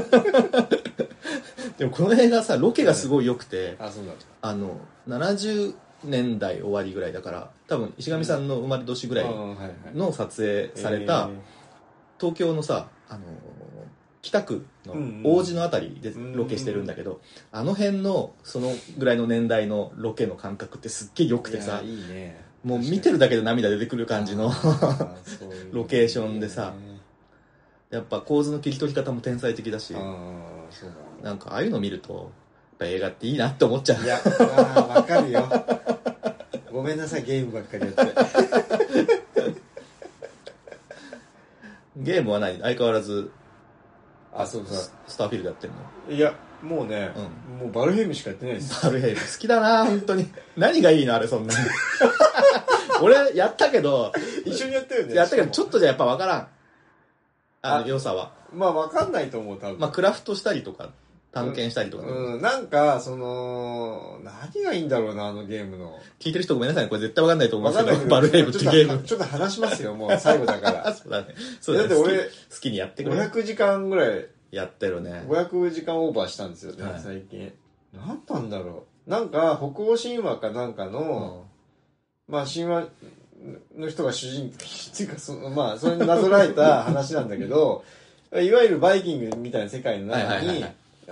でもこの映画さロケがすごい良くて、70年代終わりぐらいだから多分石上さんの生まれ年ぐらいの撮影された東京のさ、北区の王子のあたりでロケしてるんだけど、あの辺のそのぐらいの年代のロケの感覚ってすっげえ良くてさ、いいね、もう見てるだけで涙出てくる感じのロケーションでさ、やっぱ構図の切り取り方も天才的だし、なんかああいうの見るとやっぱ映画っていいなって思っちゃう。いやわかるよごめんなさいゲームばっかりやってゲームは何相変わらずそうスターフィールドやってるの？ いやもうね、もうバルヘイムしかやってないです。 バルヘイム好きだな本当に何がいいのあれそんなに俺やったけど一緒にやったよね。 やったけどちょっとじゃやっぱ分からん良さは。 分かんないと思う多分。 クラフトしたりとか探検したりとか、 なんかその何がいいんだろうなあのゲームの。 聞いてる人ごめんなさいねこれ絶対分かんないと思うんですけどバルヘイムってゲームちょっと話しますよもう最後だからそうだねだって俺好きにやってくれ 500時間ぐらいやってるね。 500時間オーバーしたんですよね、最近。何なんだろう。なんか北欧神話かなんかの、神話の人が主人公っていうかそれになぞらえた話なんだけどいわゆるバイキングみたいな世界の中に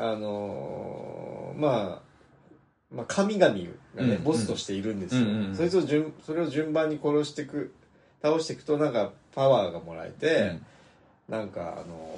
神々がね、ボスとしているんですよ。それを順番に倒していくとなんかパワーがもらえて、なんか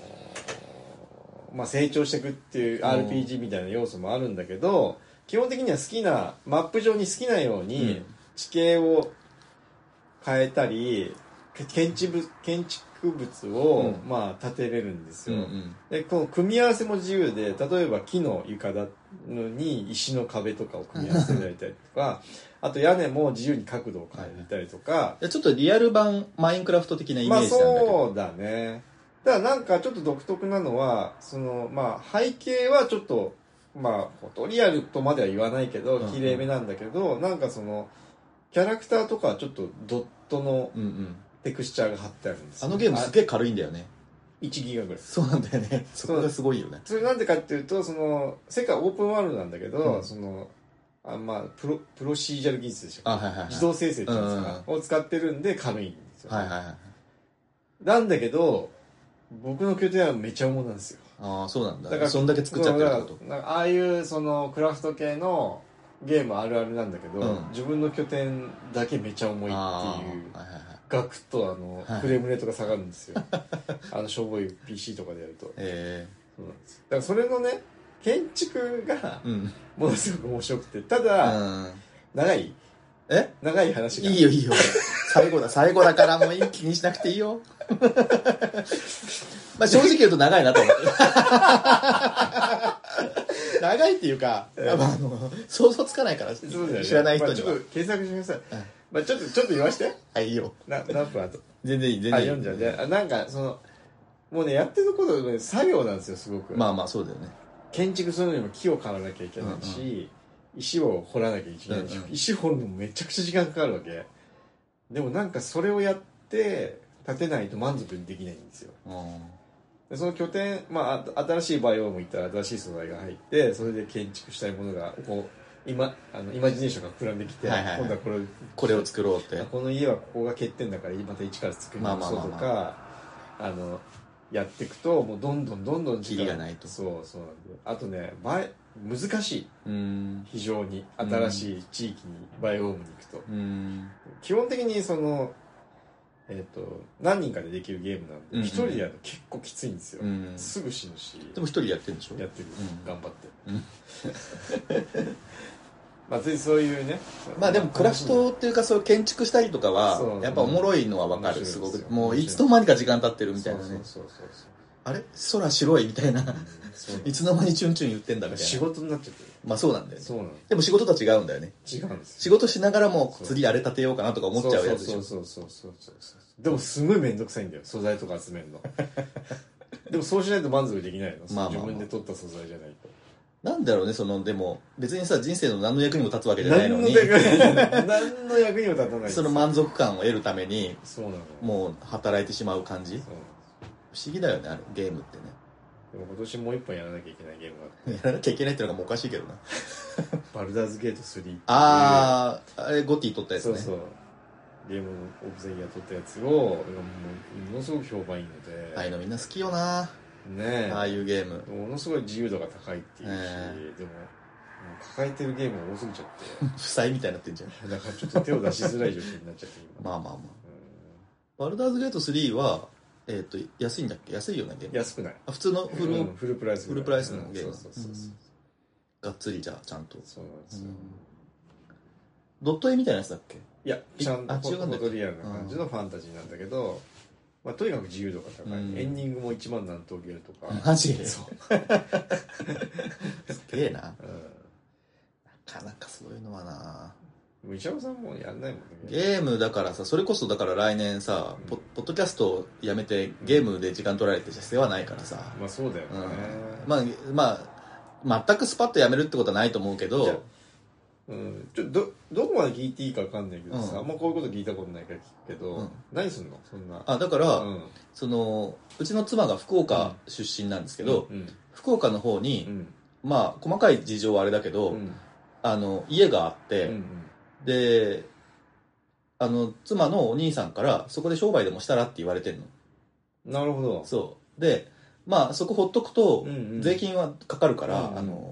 成長していくっていう RPG みたいな要素もあるんだけど、基本的には好きなマップ上に好きなように地形を変えたり建築物を建てれるんですよ、でこの組み合わせも自由で、例えば木の床だのに石の壁とかを組み合わせられたりとかあと屋根も自由に角度を変えたりとか、 ちょっとリアル版マインクラフト的なイメージなんだけど、 そうだね。ただなんかちょっと独特なのはその背景はちょっとフォトリアルとまでは言わないけど綺麗めなんだけど、なんかそのキャラクターとかはちょっとドットのテクスチャーが貼ってあるんですよ、 あのゲームすげえ軽いんだよね。 1ギガぐらい。 そうなんだよね。そこがすごいよね。 それなんでかっていうと、その世界オープンワールドなんだけど、そのプロシージャル技術でしょ、自動生成っていうんですか、を使ってるんで軽いんですよ、なんだけど僕の拠点はめちゃ重なんですよ。 ああそうなんだ。だからそんだけ作っちゃってるってこと。 ああいうそのクラフト系のゲームあるあるなんだけど、自分の拠点だけめちゃ重いっていうガクッとフレームレートが下がるんですよしょぼい PC とかでやると。そうなんです。だからそれのね建築がものすごく面白くて、ただ長い話がいいよ最後だからもう気にしなくていいよ正直言うと長いなと思って長いっていうか、想像つかないから、知らない人には。 ちょっと検索してください。ちょっと言わしてはいいいよ。 何分後。 全然いい読んじゃう。なんかそのもうねやってること作業なんですよすごく。 そうだよね。 建築するのにも木を買わなきゃいけないし、 石を掘らなきゃいけない、石掘るのもめちゃくちゃ時間かかるわけでもなんかそれをやって建てないと満足できないんですよ、でその拠点、新しいバイオーム行ったら新しい素材が入ってそれで建築したいものがこうイマジネーションが膨らんできて、今度はこれを作ろうってこの家はここが欠点だからまた一から作り直そうとかやっていくともうどんどんキリがないとそうなんであとね難しい非常に新しい地域にバイオームに行くと基本的にその何人かでできるゲームなんで一人でやると結構きついんですよすぐ死ぬしでも一人でやってるんでしょやってる頑張ってそういうねでもクラフトっていうかそういう建築したりとかはやっぱおもろいのは分かるすごくもういつの間にか時間経ってるみたいなねあれ空白いみたいないつの間にチュンチュン言ってんだみたいな仕事になっちゃってるそうなんだよねでも仕事とは違うんだよね違うんです仕事しながらも次あれ立てようかなとか思っちゃうやつでしょそうでもすごい面倒くさいんだよ素材とか集めるのでもそうしないと満足できないの自分で取った素材じゃないとなんだろうねでも別にさ人生の何の役にも立つわけじゃないのに何の役にも立たないその満足感を得るためにそうなのもう働いてしまう感じ不思議だよねゲームってねでも今年もう一本やらなきゃいけないゲームがあってやらなきゃいけないっていうのがもうおかしいけどなバルダーズゲート3っていうあれゴティ取ったやつねそうゲームオブザイヤー取ったやつをものすごく評判いいのでああいうのみんな好きよなねああいうゲームものすごい自由度が高いっていうし、でも抱えてるゲームが多すぎちゃって負債みたいになってんじゃんだからちょっと手を出しづらい状況になっちゃって今バルダーズゲート3は安いんだっけ安いよねゲーム安くない普通のフルプライスのゲームがっつりじゃあちゃんとそうなんですよドット絵みたいなやつだっけいやちゃんとフォトリアルな感じのファンタジーなんだけどとにかく自由度が高いエンディングも1万何とゲルとかマジそうすげえななかなかそういうのはな石山さんもやんないもんねゲームだからさそれこそだから来年さポッドキャストをやめてゲームで時間取られて世話ないからさそうだよね全くスパッとやめるってことはないと思うけどどこまで聞いていいか分かんないけどさあんまこういうこと聞いたことないから聞くけど何すんのそんなだからうちの妻が福岡出身なんですけど福岡の方に細かい事情はあれだけど家があってで妻のお兄さんからそこで商売でもしたらって言われてんのなるほどそうでそこほっとくと税金はかかるから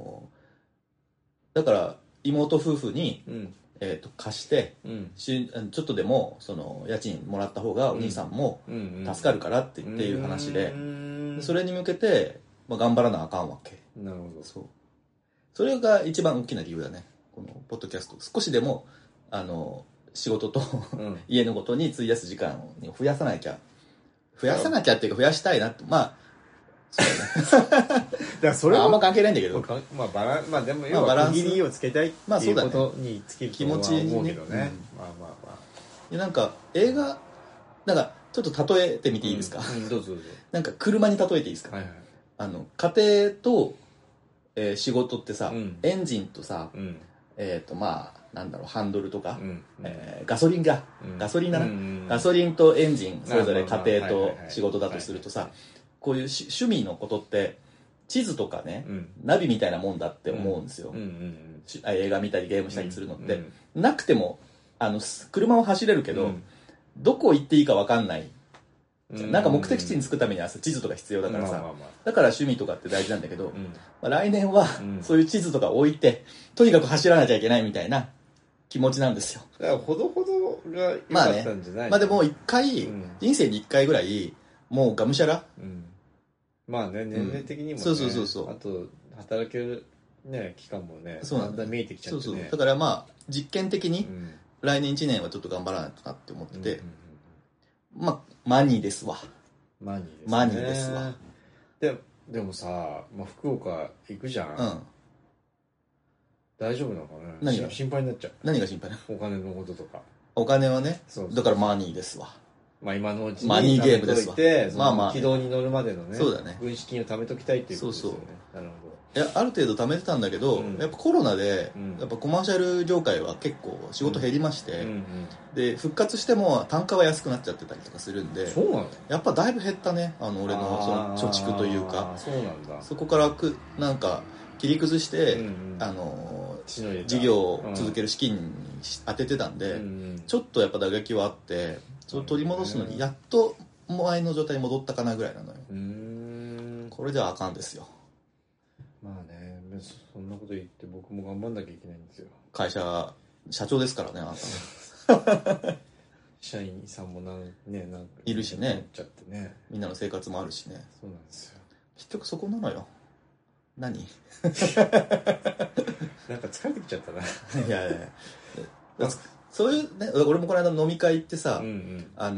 だから妹夫婦に貸してちょっとでも家賃もらった方がお兄さんも助かるからっていう話でそれに向けて頑張らなあかんわけなるほどそれが一番大きな理由だねこのポッドキャスト少しでも仕事と家のことに費やす時間を増やさなきゃっていうか増やしたいなってそうだねだからそれはあんま関係ないんだけどでも要は区切りをつけたいっていうことにつけるとは思うけどねなんか映画なんかちょっと例えてみていいですかどうぞなんか車に例えていいですか家庭と仕事ってさエンジンとさなんだろうハンドルとかガソリンだなガソリンとエンジンそれぞれ家庭と仕事だとするとさこういう趣味のことって地図とかねナビみたいなもんだって思うんですよ映画見たりゲームしたりするのってなくても車を走れるけどどこ行っていいか分かんないなんか目的地に着くためには地図とか必要だからさだから趣味とかって大事なんだけど来年はそういう地図とか置いてとにかく走らなきゃいけないみたいな気持ちなんですよだからほどほどが良かったんじゃないでも一回人生に一回ぐらいもうがむしゃら年齢的にもねあと働ける期間もねだんだん見えてきちゃってねだから実験的に来年1年はちょっと頑張らないとなって思っててマニーですわマニーですわでもさ福岡行くじゃん大丈夫なのかな心配になっちゃう何が心配なお金のこととかお金はねだからマニーですわ今のうちにマニーゲームですわ軌道に乗るまでのねそうだね軍資金を貯めときたいっていうことですよねなるほどいやある程度貯めてたんだけど、 うんやっぱコロナで、 うんやっぱコマーシャル業界は結構仕事減りまして、 うんうん、 で復活しても単価は安くなっちゃってたりとかするんで、 そうなの？ やっぱだいぶ減ったね、俺のその貯蓄というか。 そうなんだ。 そこからなんか切り崩して、 うんうん、 事業を続ける資金に当ててたんで、 うんうん、ちちょっとやっぱ打撃はあって、それを取り戻すのにやっと前の状態に戻ったかなぐらいなのよ。これではあかんですよ。 まあね、そんなこと言って僕も頑張んなきゃいけないんですよ。 社長ですからね、あなた社員さんもなんかいるしね、 ちゃってね、 みんなの生活もあるしね。 そうなんですよ。 結局そこなのよ。何なんか疲れてきちゃったな。 いやいやそういうね、俺もこの間飲み会行ってさ、 うんうん、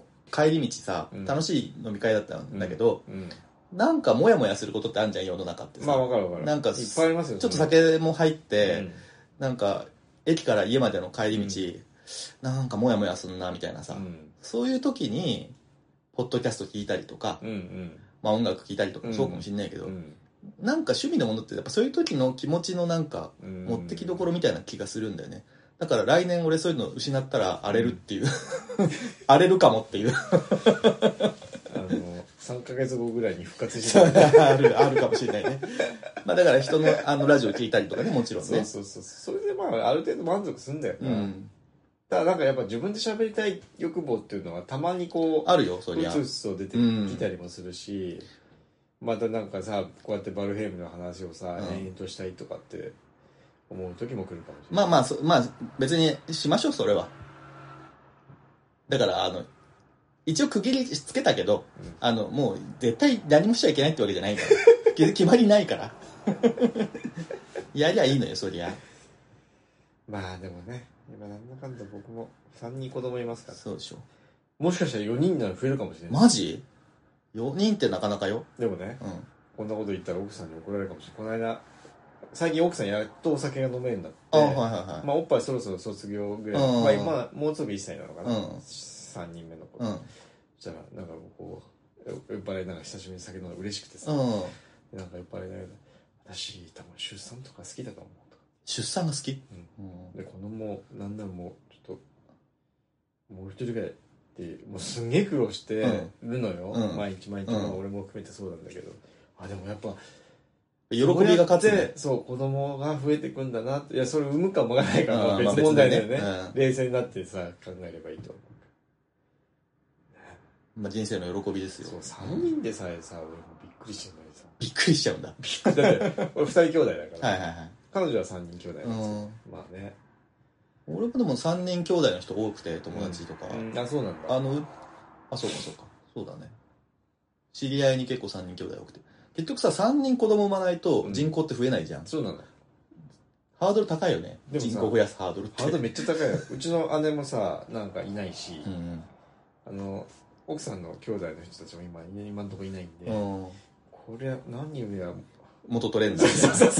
帰り道さ、楽しい飲み会だったんだけど、なんかモヤモヤすることってあるじゃん、世の中ってさ。 まあ分かる分かる。 なんかいっぱいありますよ。 ちょっと酒も入って、なんか駅から家までの帰り道、なんかモヤモヤすんなみたいなさ、そういう時にポッドキャスト聞いたりとか、まあ音楽聞いたりとかもそうかもしんないけど、なんか趣味のものってやっぱそういう時の気持ちのなんか持ってきどころみたいな気がするんだよね。だから来年俺そういうの失ったら荒れるっていう、荒れるかもっていう 3ヶ月後ぐらいに復活してあるかもしれないね。まあだから人のラジオ聞いたりとかね、もちろんね。 そうそれでまあある程度満足するんだよな。ただなんかやっぱ自分で喋りたい欲望っていうのはたまにこうあるよ、そりゃ。 うつうつと出てきたりもするし、またなんかさ、こうやってバルヘイムの話をさ、延々としたいとかって思う時も来るかもしれない。 まあ別にしましょう、それは。だから一応区切りつけたけど、もう絶対何もしちゃいけないってわけじゃないから決まりないからやりゃいいのよ、そりゃ。 まあでもね、今なんだかんだ僕も3人子供いますから。 そうでしょ。 もしかしたら4人なら増えるかもしれない。 マジ？4人ってなかなかよ。 でもね、こんなこと言ったら奥さんに怒られるかもしれない。この間最近奥さんやっとお酒が飲めるようになって、まあおっぱいそろそろ卒業ぐらい、まあもうすぐ1歳なのかな、3人目の子。そしたらなんかこう酔っ払いながら久しぶりに酒飲んだら嬉しくてさ、なんか酔っ払いながら私多分出産とか好きだと思うとか。 出産が好き？ で子供なんならもうちょっともう一人ぐらいってもうすんげえ苦労してるのよ、毎日毎日、俺も含めてそうなんだけど、でもやっぱ喜びが勝つね。 そう子供が増えていくんだなって。いやそれ産むかもがないから別問題だよね、冷静になってさ考えればいいと思う。 まあ人生の喜びですよ。 そう3人でさえさ俺もびっくりしてるのにさ。 びっくりしちゃうんだ。だって俺2人兄弟だから、 はいはいはい、 彼女は3人兄弟なんですよ。まあね、 俺もでも3人兄弟の人多くて、友達とか、 あ、そうなんだ。 そうかそうだね。知り合いに結構3人兄弟多くて、結局さ3人子供産まないと人口って増えないじゃん。 そうなの。 ハードル高いよね。人口増やすハードルって。 ハードルめっちゃ高いよ。うちの姉もさなんかいないし、奥さんの兄弟の人たちも今のところいないんで、これは何人上は元取れんだよね。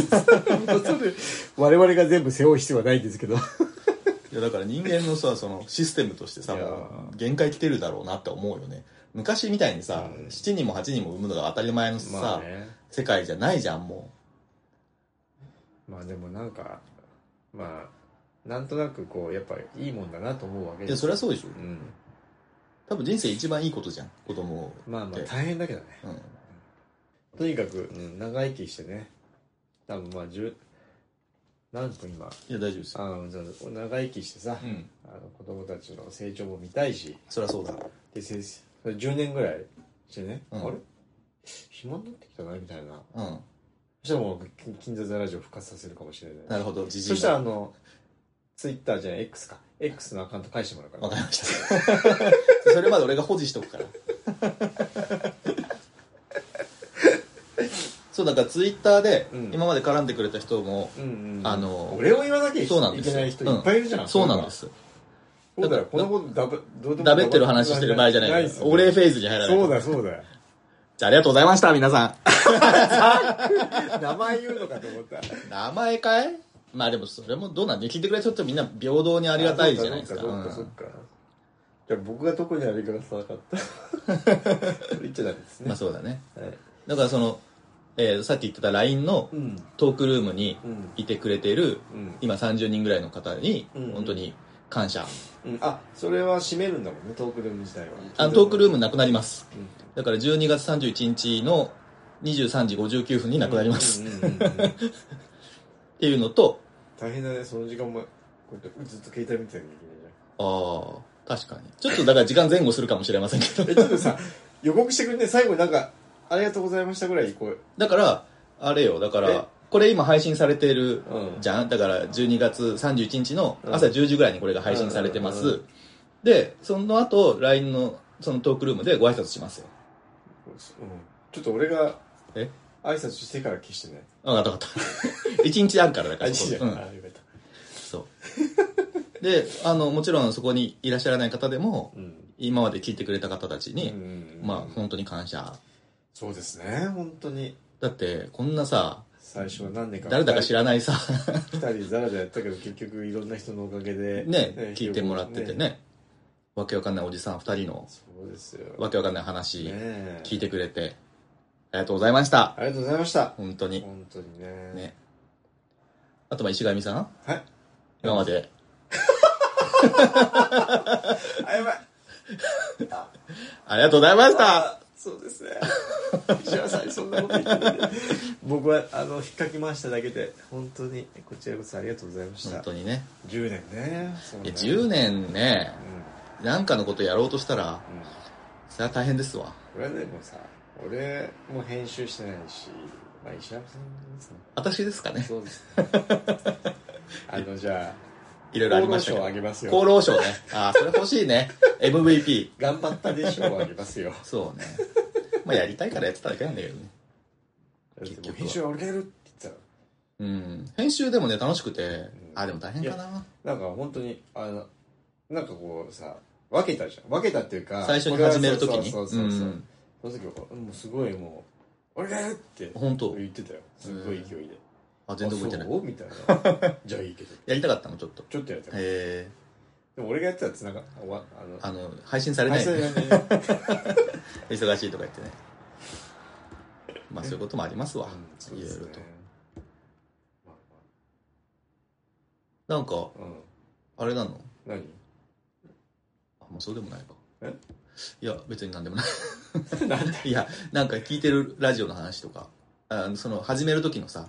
我々が全部背負う必要はないんですけど。 いやだから人間のさそのシステムとしてさ限界来てるだろうなって思うよね。昔みたいにさ、7人も8人も産むのが当たり前のさ、世界じゃないじゃんもう。まあでもなんかまあなんとなくこうやっぱいいもんだなと思うわけですよ。 いやそりゃそうでしょ。多分人生一番いいことじゃん、子供って。 まあ大変だけどね。とにかく、長生きしてね。多分まあ何分今。 いや大丈夫ですよ。 長生きしてさ、子供たちの成長も見たいし。 そりゃそうだ。 で10年ぐらいしてね、あれ暇になってきたなみたいな。そしたらもう金座ラジオ復活させるかもしれない。 なるほど。 そしたらツイッターじゃない X か X のアカウント返してもらうから。 わかりました。それまで俺が保持しとくから。そうだからツイッターで今まで絡んでくれた人も、 俺を言わなきゃいけない人いっぱいいるじゃん。 そうなんです。 そうだよ、このことだべってる話してる場合じゃない。お礼フェーズに入らない。 そうだよ。 じゃあありがとうございました皆さん。 名前言うのかと思った。 名前かい？まあでもそれもどうなんで聞いてくれた人ってみんな平等にありがたいじゃないですか。 そっか。じゃあ僕が特にありがたかった。言っちゃダメですね。 まあそうだね。だからさっき言ってた LINE のトークルームにいてくれている、今30人ぐらいの方に、本当に感謝。 それは閉めるんだもんね、トークルーム自体は。 トークルームなくなります。だから12月31日の23時59分になくなります。っていうのと、 大変だね、その時間もこうやってずっと携帯見てなきゃいけないじゃん。 確かに。ちょっとだから時間前後するかもしれませんけど。 ちょっとさ、予告してくれて、最後になんか、ありがとうございましたぐらいこう。 だから、あれよ、だから、これ今配信されてるじゃん、だから12月31日の朝10時ぐらいにこれが配信されてます。で、その後、LINE のそのトークルームでご挨拶しますよ。 ちょっと俺が、挨拶してから消してね。 分かった分かった。1日あるからだから。 よかった。 そう。で、もちろんそこにいらっしゃらない方でも、今まで聞いてくれた方たちに、まあ本当に感謝。 そうですね、本当に。 だって、こんなさ、 最初は何年か誰だか知らないさ、 2人ザラザラやったけど、結局いろんな人のおかげで、 ね、聞いてもらっててね、わけわかんないおじさん2人の、 そうですよ。 わけわかんない話、聞いてくれて、ありがとうございました。 ありがとうございました。 本当に。 本当にね。 あと、石上さん、 はい。 今まで。 やばい。 ありがとうございました。 そうですね。石原さんにそんなこと言ってない。僕は引っかき回しただけで本当にこちらこそありがとうございました。 本当にね。 10年ね。 10年ね、なんかのことやろうとしたら、それは大変ですわ。 これはでもさ、俺も編集してないし、まあ石原さんですね。 私ですかね。 そうですね。じゃあいろいろありましたけど。 厚労省あげますよ。 厚労省ね。それ欲しいね。MVP。 頑張ったでしょうあげますよ。 そうね。まあやりたいからやってただけなんだけどね。 結局編集俺がやるって言ったら。編集でもね、楽しくて、でも大変かな。 なんか本当に、なんかこうさ、分けたじゃん。分けたっていうか、 最初に始めるときに。 そう。その時は、もうすごいもう、俺がやるって言ってたよ。すごい勢いで。 全然覚えてない。 そうみたいな。じゃあいいけど。 やりたかったのちょっと。 ちょっとやりたかった。 でも俺がやってたらつなが配信されない。忙しいとか言ってね。まあそういうこともありますわ。いろいろと。なんか、あれなの？ 何？ もうそうでもないか。いや、別になんでもない。 なんだいや、なんか聞いてるラジオの話とか、始める時のさ、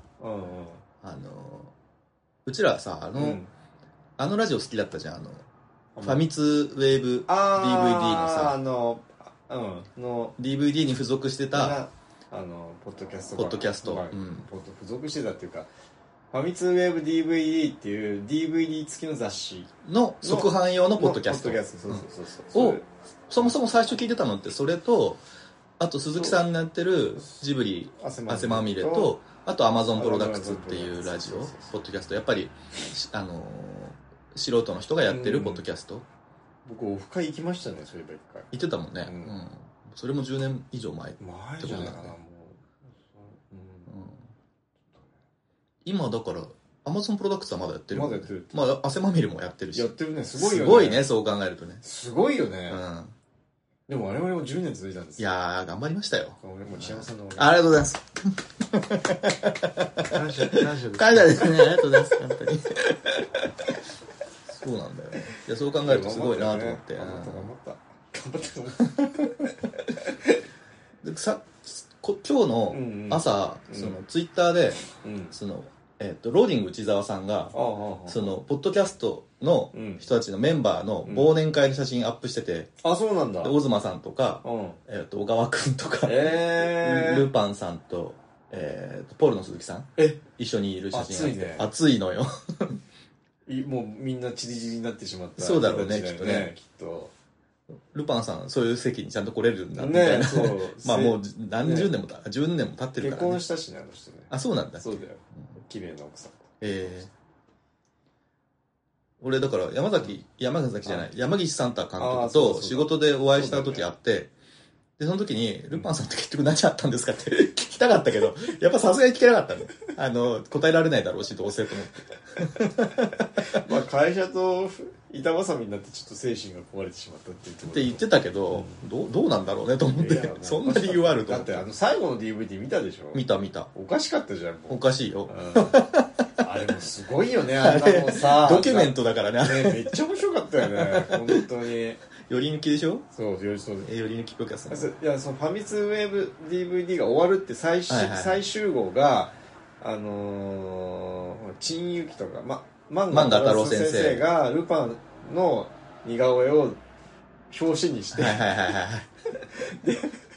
うちらさ、あのラジオ好きだったじゃん、ファミツウェーブ DVD のさ、DVD に付属してた、 ポッドキャスト。 ポッドキャスト。 付属してたっていうか、ファミツウェーブ DVD っていう DVD 付きの雑誌の側販用のポッドキャスト。を、そもそも最初聞いてたのってそれと、あと鈴木さんがやってるジブリ汗まみれと、あとアマゾンプロダクツっていうラジオ、ポッドキャスト。やっぱり、素人の人がやってるポッドキャスト。 僕オフ会行きましたね、そういえば一回。 行ってたもんね。それも10年以上前ってことだよね。 今だからアマゾンプロダクツはまだやってる。 まだやってる。 まあ汗まみれもやってるし。 やってるね、すごいよね。 すごいね、そう考えるとね。 すごいよね。でも我々も10年続いたんですよ。 いやー、頑張りましたよ。 俺も石山さんのありがとうございます。 感謝ですね。ありがとうございます、本当に。そうなんだよ。いや、そう考えるとすごいなと思って。 頑張った。 今日の朝、ツイッターで、ローディング内澤さんが、ポッドキャストの人たちのメンバーの忘年会の写真アップしてて、 そうなんだ。 オズマさんとか、小川くんとか、ルパンさんと、ポールの鈴木さん、一緒にいる写真があって、熱いのよ。 もうみんなチリチリになってしまった。 そうだろうね、きっとね。ルパンさん、そういう席にちゃんと来れるんだみたいな。まあもう何十年も、10年も経ってるから。 結婚したしね、あの人ね。 そうなんだ。 そうだよ。綺麗な奥さん。 俺だから山岸サンタ監督と仕事でお会いした時あって、でその時にルパンさんって結局何あったんですかって聞きたかったけど、やっぱさすがに聞けなかったね。答えられないだろうし、どうせと思って。 まあ会社と板挟みになってちょっと精神が壊れてしまったって言ってたけど、どうなんだろうねと思って、そんな理由あると思って。 だって最後の DVD 見たでしょ。 見た。 おかしかったじゃん。 おかしいよ。 あれもすごいよね、あんなのさ。 ドキュメントだからね。 めっちゃ面白かったよね、本当に。 寄り抜きでしょ。 そう寄り抜きポキャス。 いや、そのファミ通ウェブ DVD が終わるって最終号が陳ゆきとか万賀太郎先生がルパンの似顔絵を表紙にして、で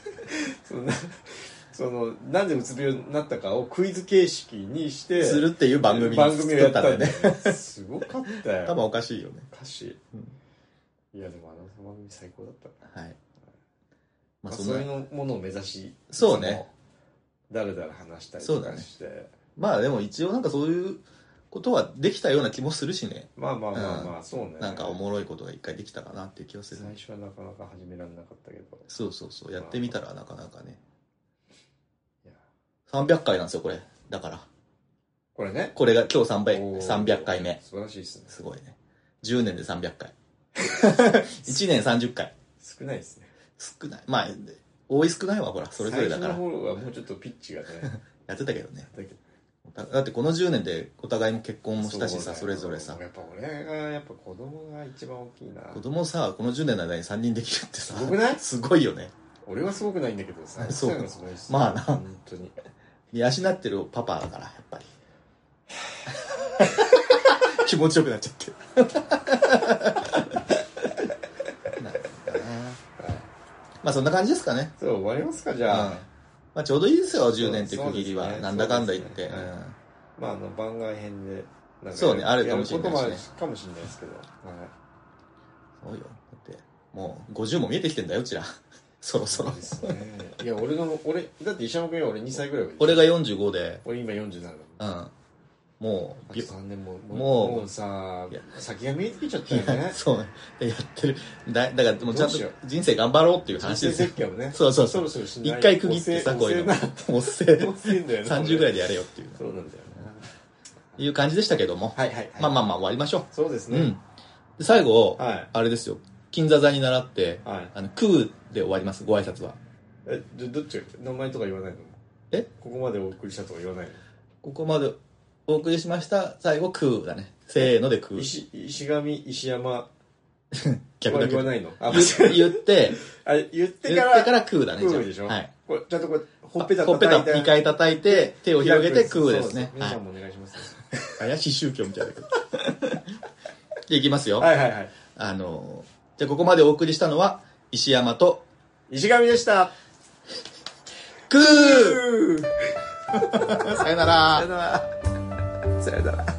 なんでうつ病になったかをクイズ形式にしてするっていう番組をやったんだよね。すごかったよ。 多分おかしいよね。 おかしい。いやでも番組最高だった。はい。そういうものを目指し、 そうね。 だらだら話したりとかして。 まあでも一応なんかそういうことはできたような気もするしね。 まあそうね。 なんかおもろいことが一回できたかなっていう気がする。 最初はなかなか始められなかったけど。 そうやってみたらなかなかね。300回なんですよこれ。だから。 これね。 これが今日300回目。 素晴らしいですね。 すごいね。10年で300回。1年30回。 少ないですね。 少ない。まあ、多い少ないはほら、それぞれだから。 最初の方はもうちょっとピッチがね。 やってたけどね。だってこの10年でお互いも結婚もしたしさ、それぞれさ。 やっぱ俺が子供が一番大きいな。 子供さ、この10年の間に3人できるってさ。 すごくない？ すごいよね。 俺はすごくないんだけどさ。 そう。 すごいです。 まあな。 本当に。 養ってるパパだから、やっぱり。気持ちよくなっちゃって。まあそんな感じですかね。 そう、終わりますか、じゃあ。 まあちょうどいいですよ、10年って区切りは。なんだかんだ言って。 まあ番外編で。 そうね、あるかもしれないしね。 かもしれないですけど。 そうよ。だって、もう50も見えてきてんだよ、うちら。そろそろ。 いや、だって石山君より俺2歳ぐらい。 俺が45で。 俺今47だもん。 もう、 3年もうさ、先が見えてきちゃったよね。 そうね。やってる。だからもうちゃんと人生頑張ろうっていう話ですよ。 人生設計をね。 そう。一回区切ってさ、こういうの。おっせえ。30ぐらいでやれよっていう。 そうなんだよね。 いう感じでしたけども。まあ終わりましょう。 そうですね。 最後、あれですよ。金座座に習って、クーで終わります、ご挨拶は。 どっち名前とか言わないの？ここまでお送りしたとか言わないの？ ここまでお送りしました、最後クーだね。せーのでクー。 石上、石山逆だけど言わないの？ 言ってからクーだね。 クーでしょ？はい。ちゃんとこう、ほっぺた 2回叩いて、手を広げてクーですね。 皆さんもお願いします。 怪しい宗教みたいだけど。で、いきますよ。 はい。 じゃあここまでお送りしたのは、石山と、 石上でした。 クーさよなら。 さよなら。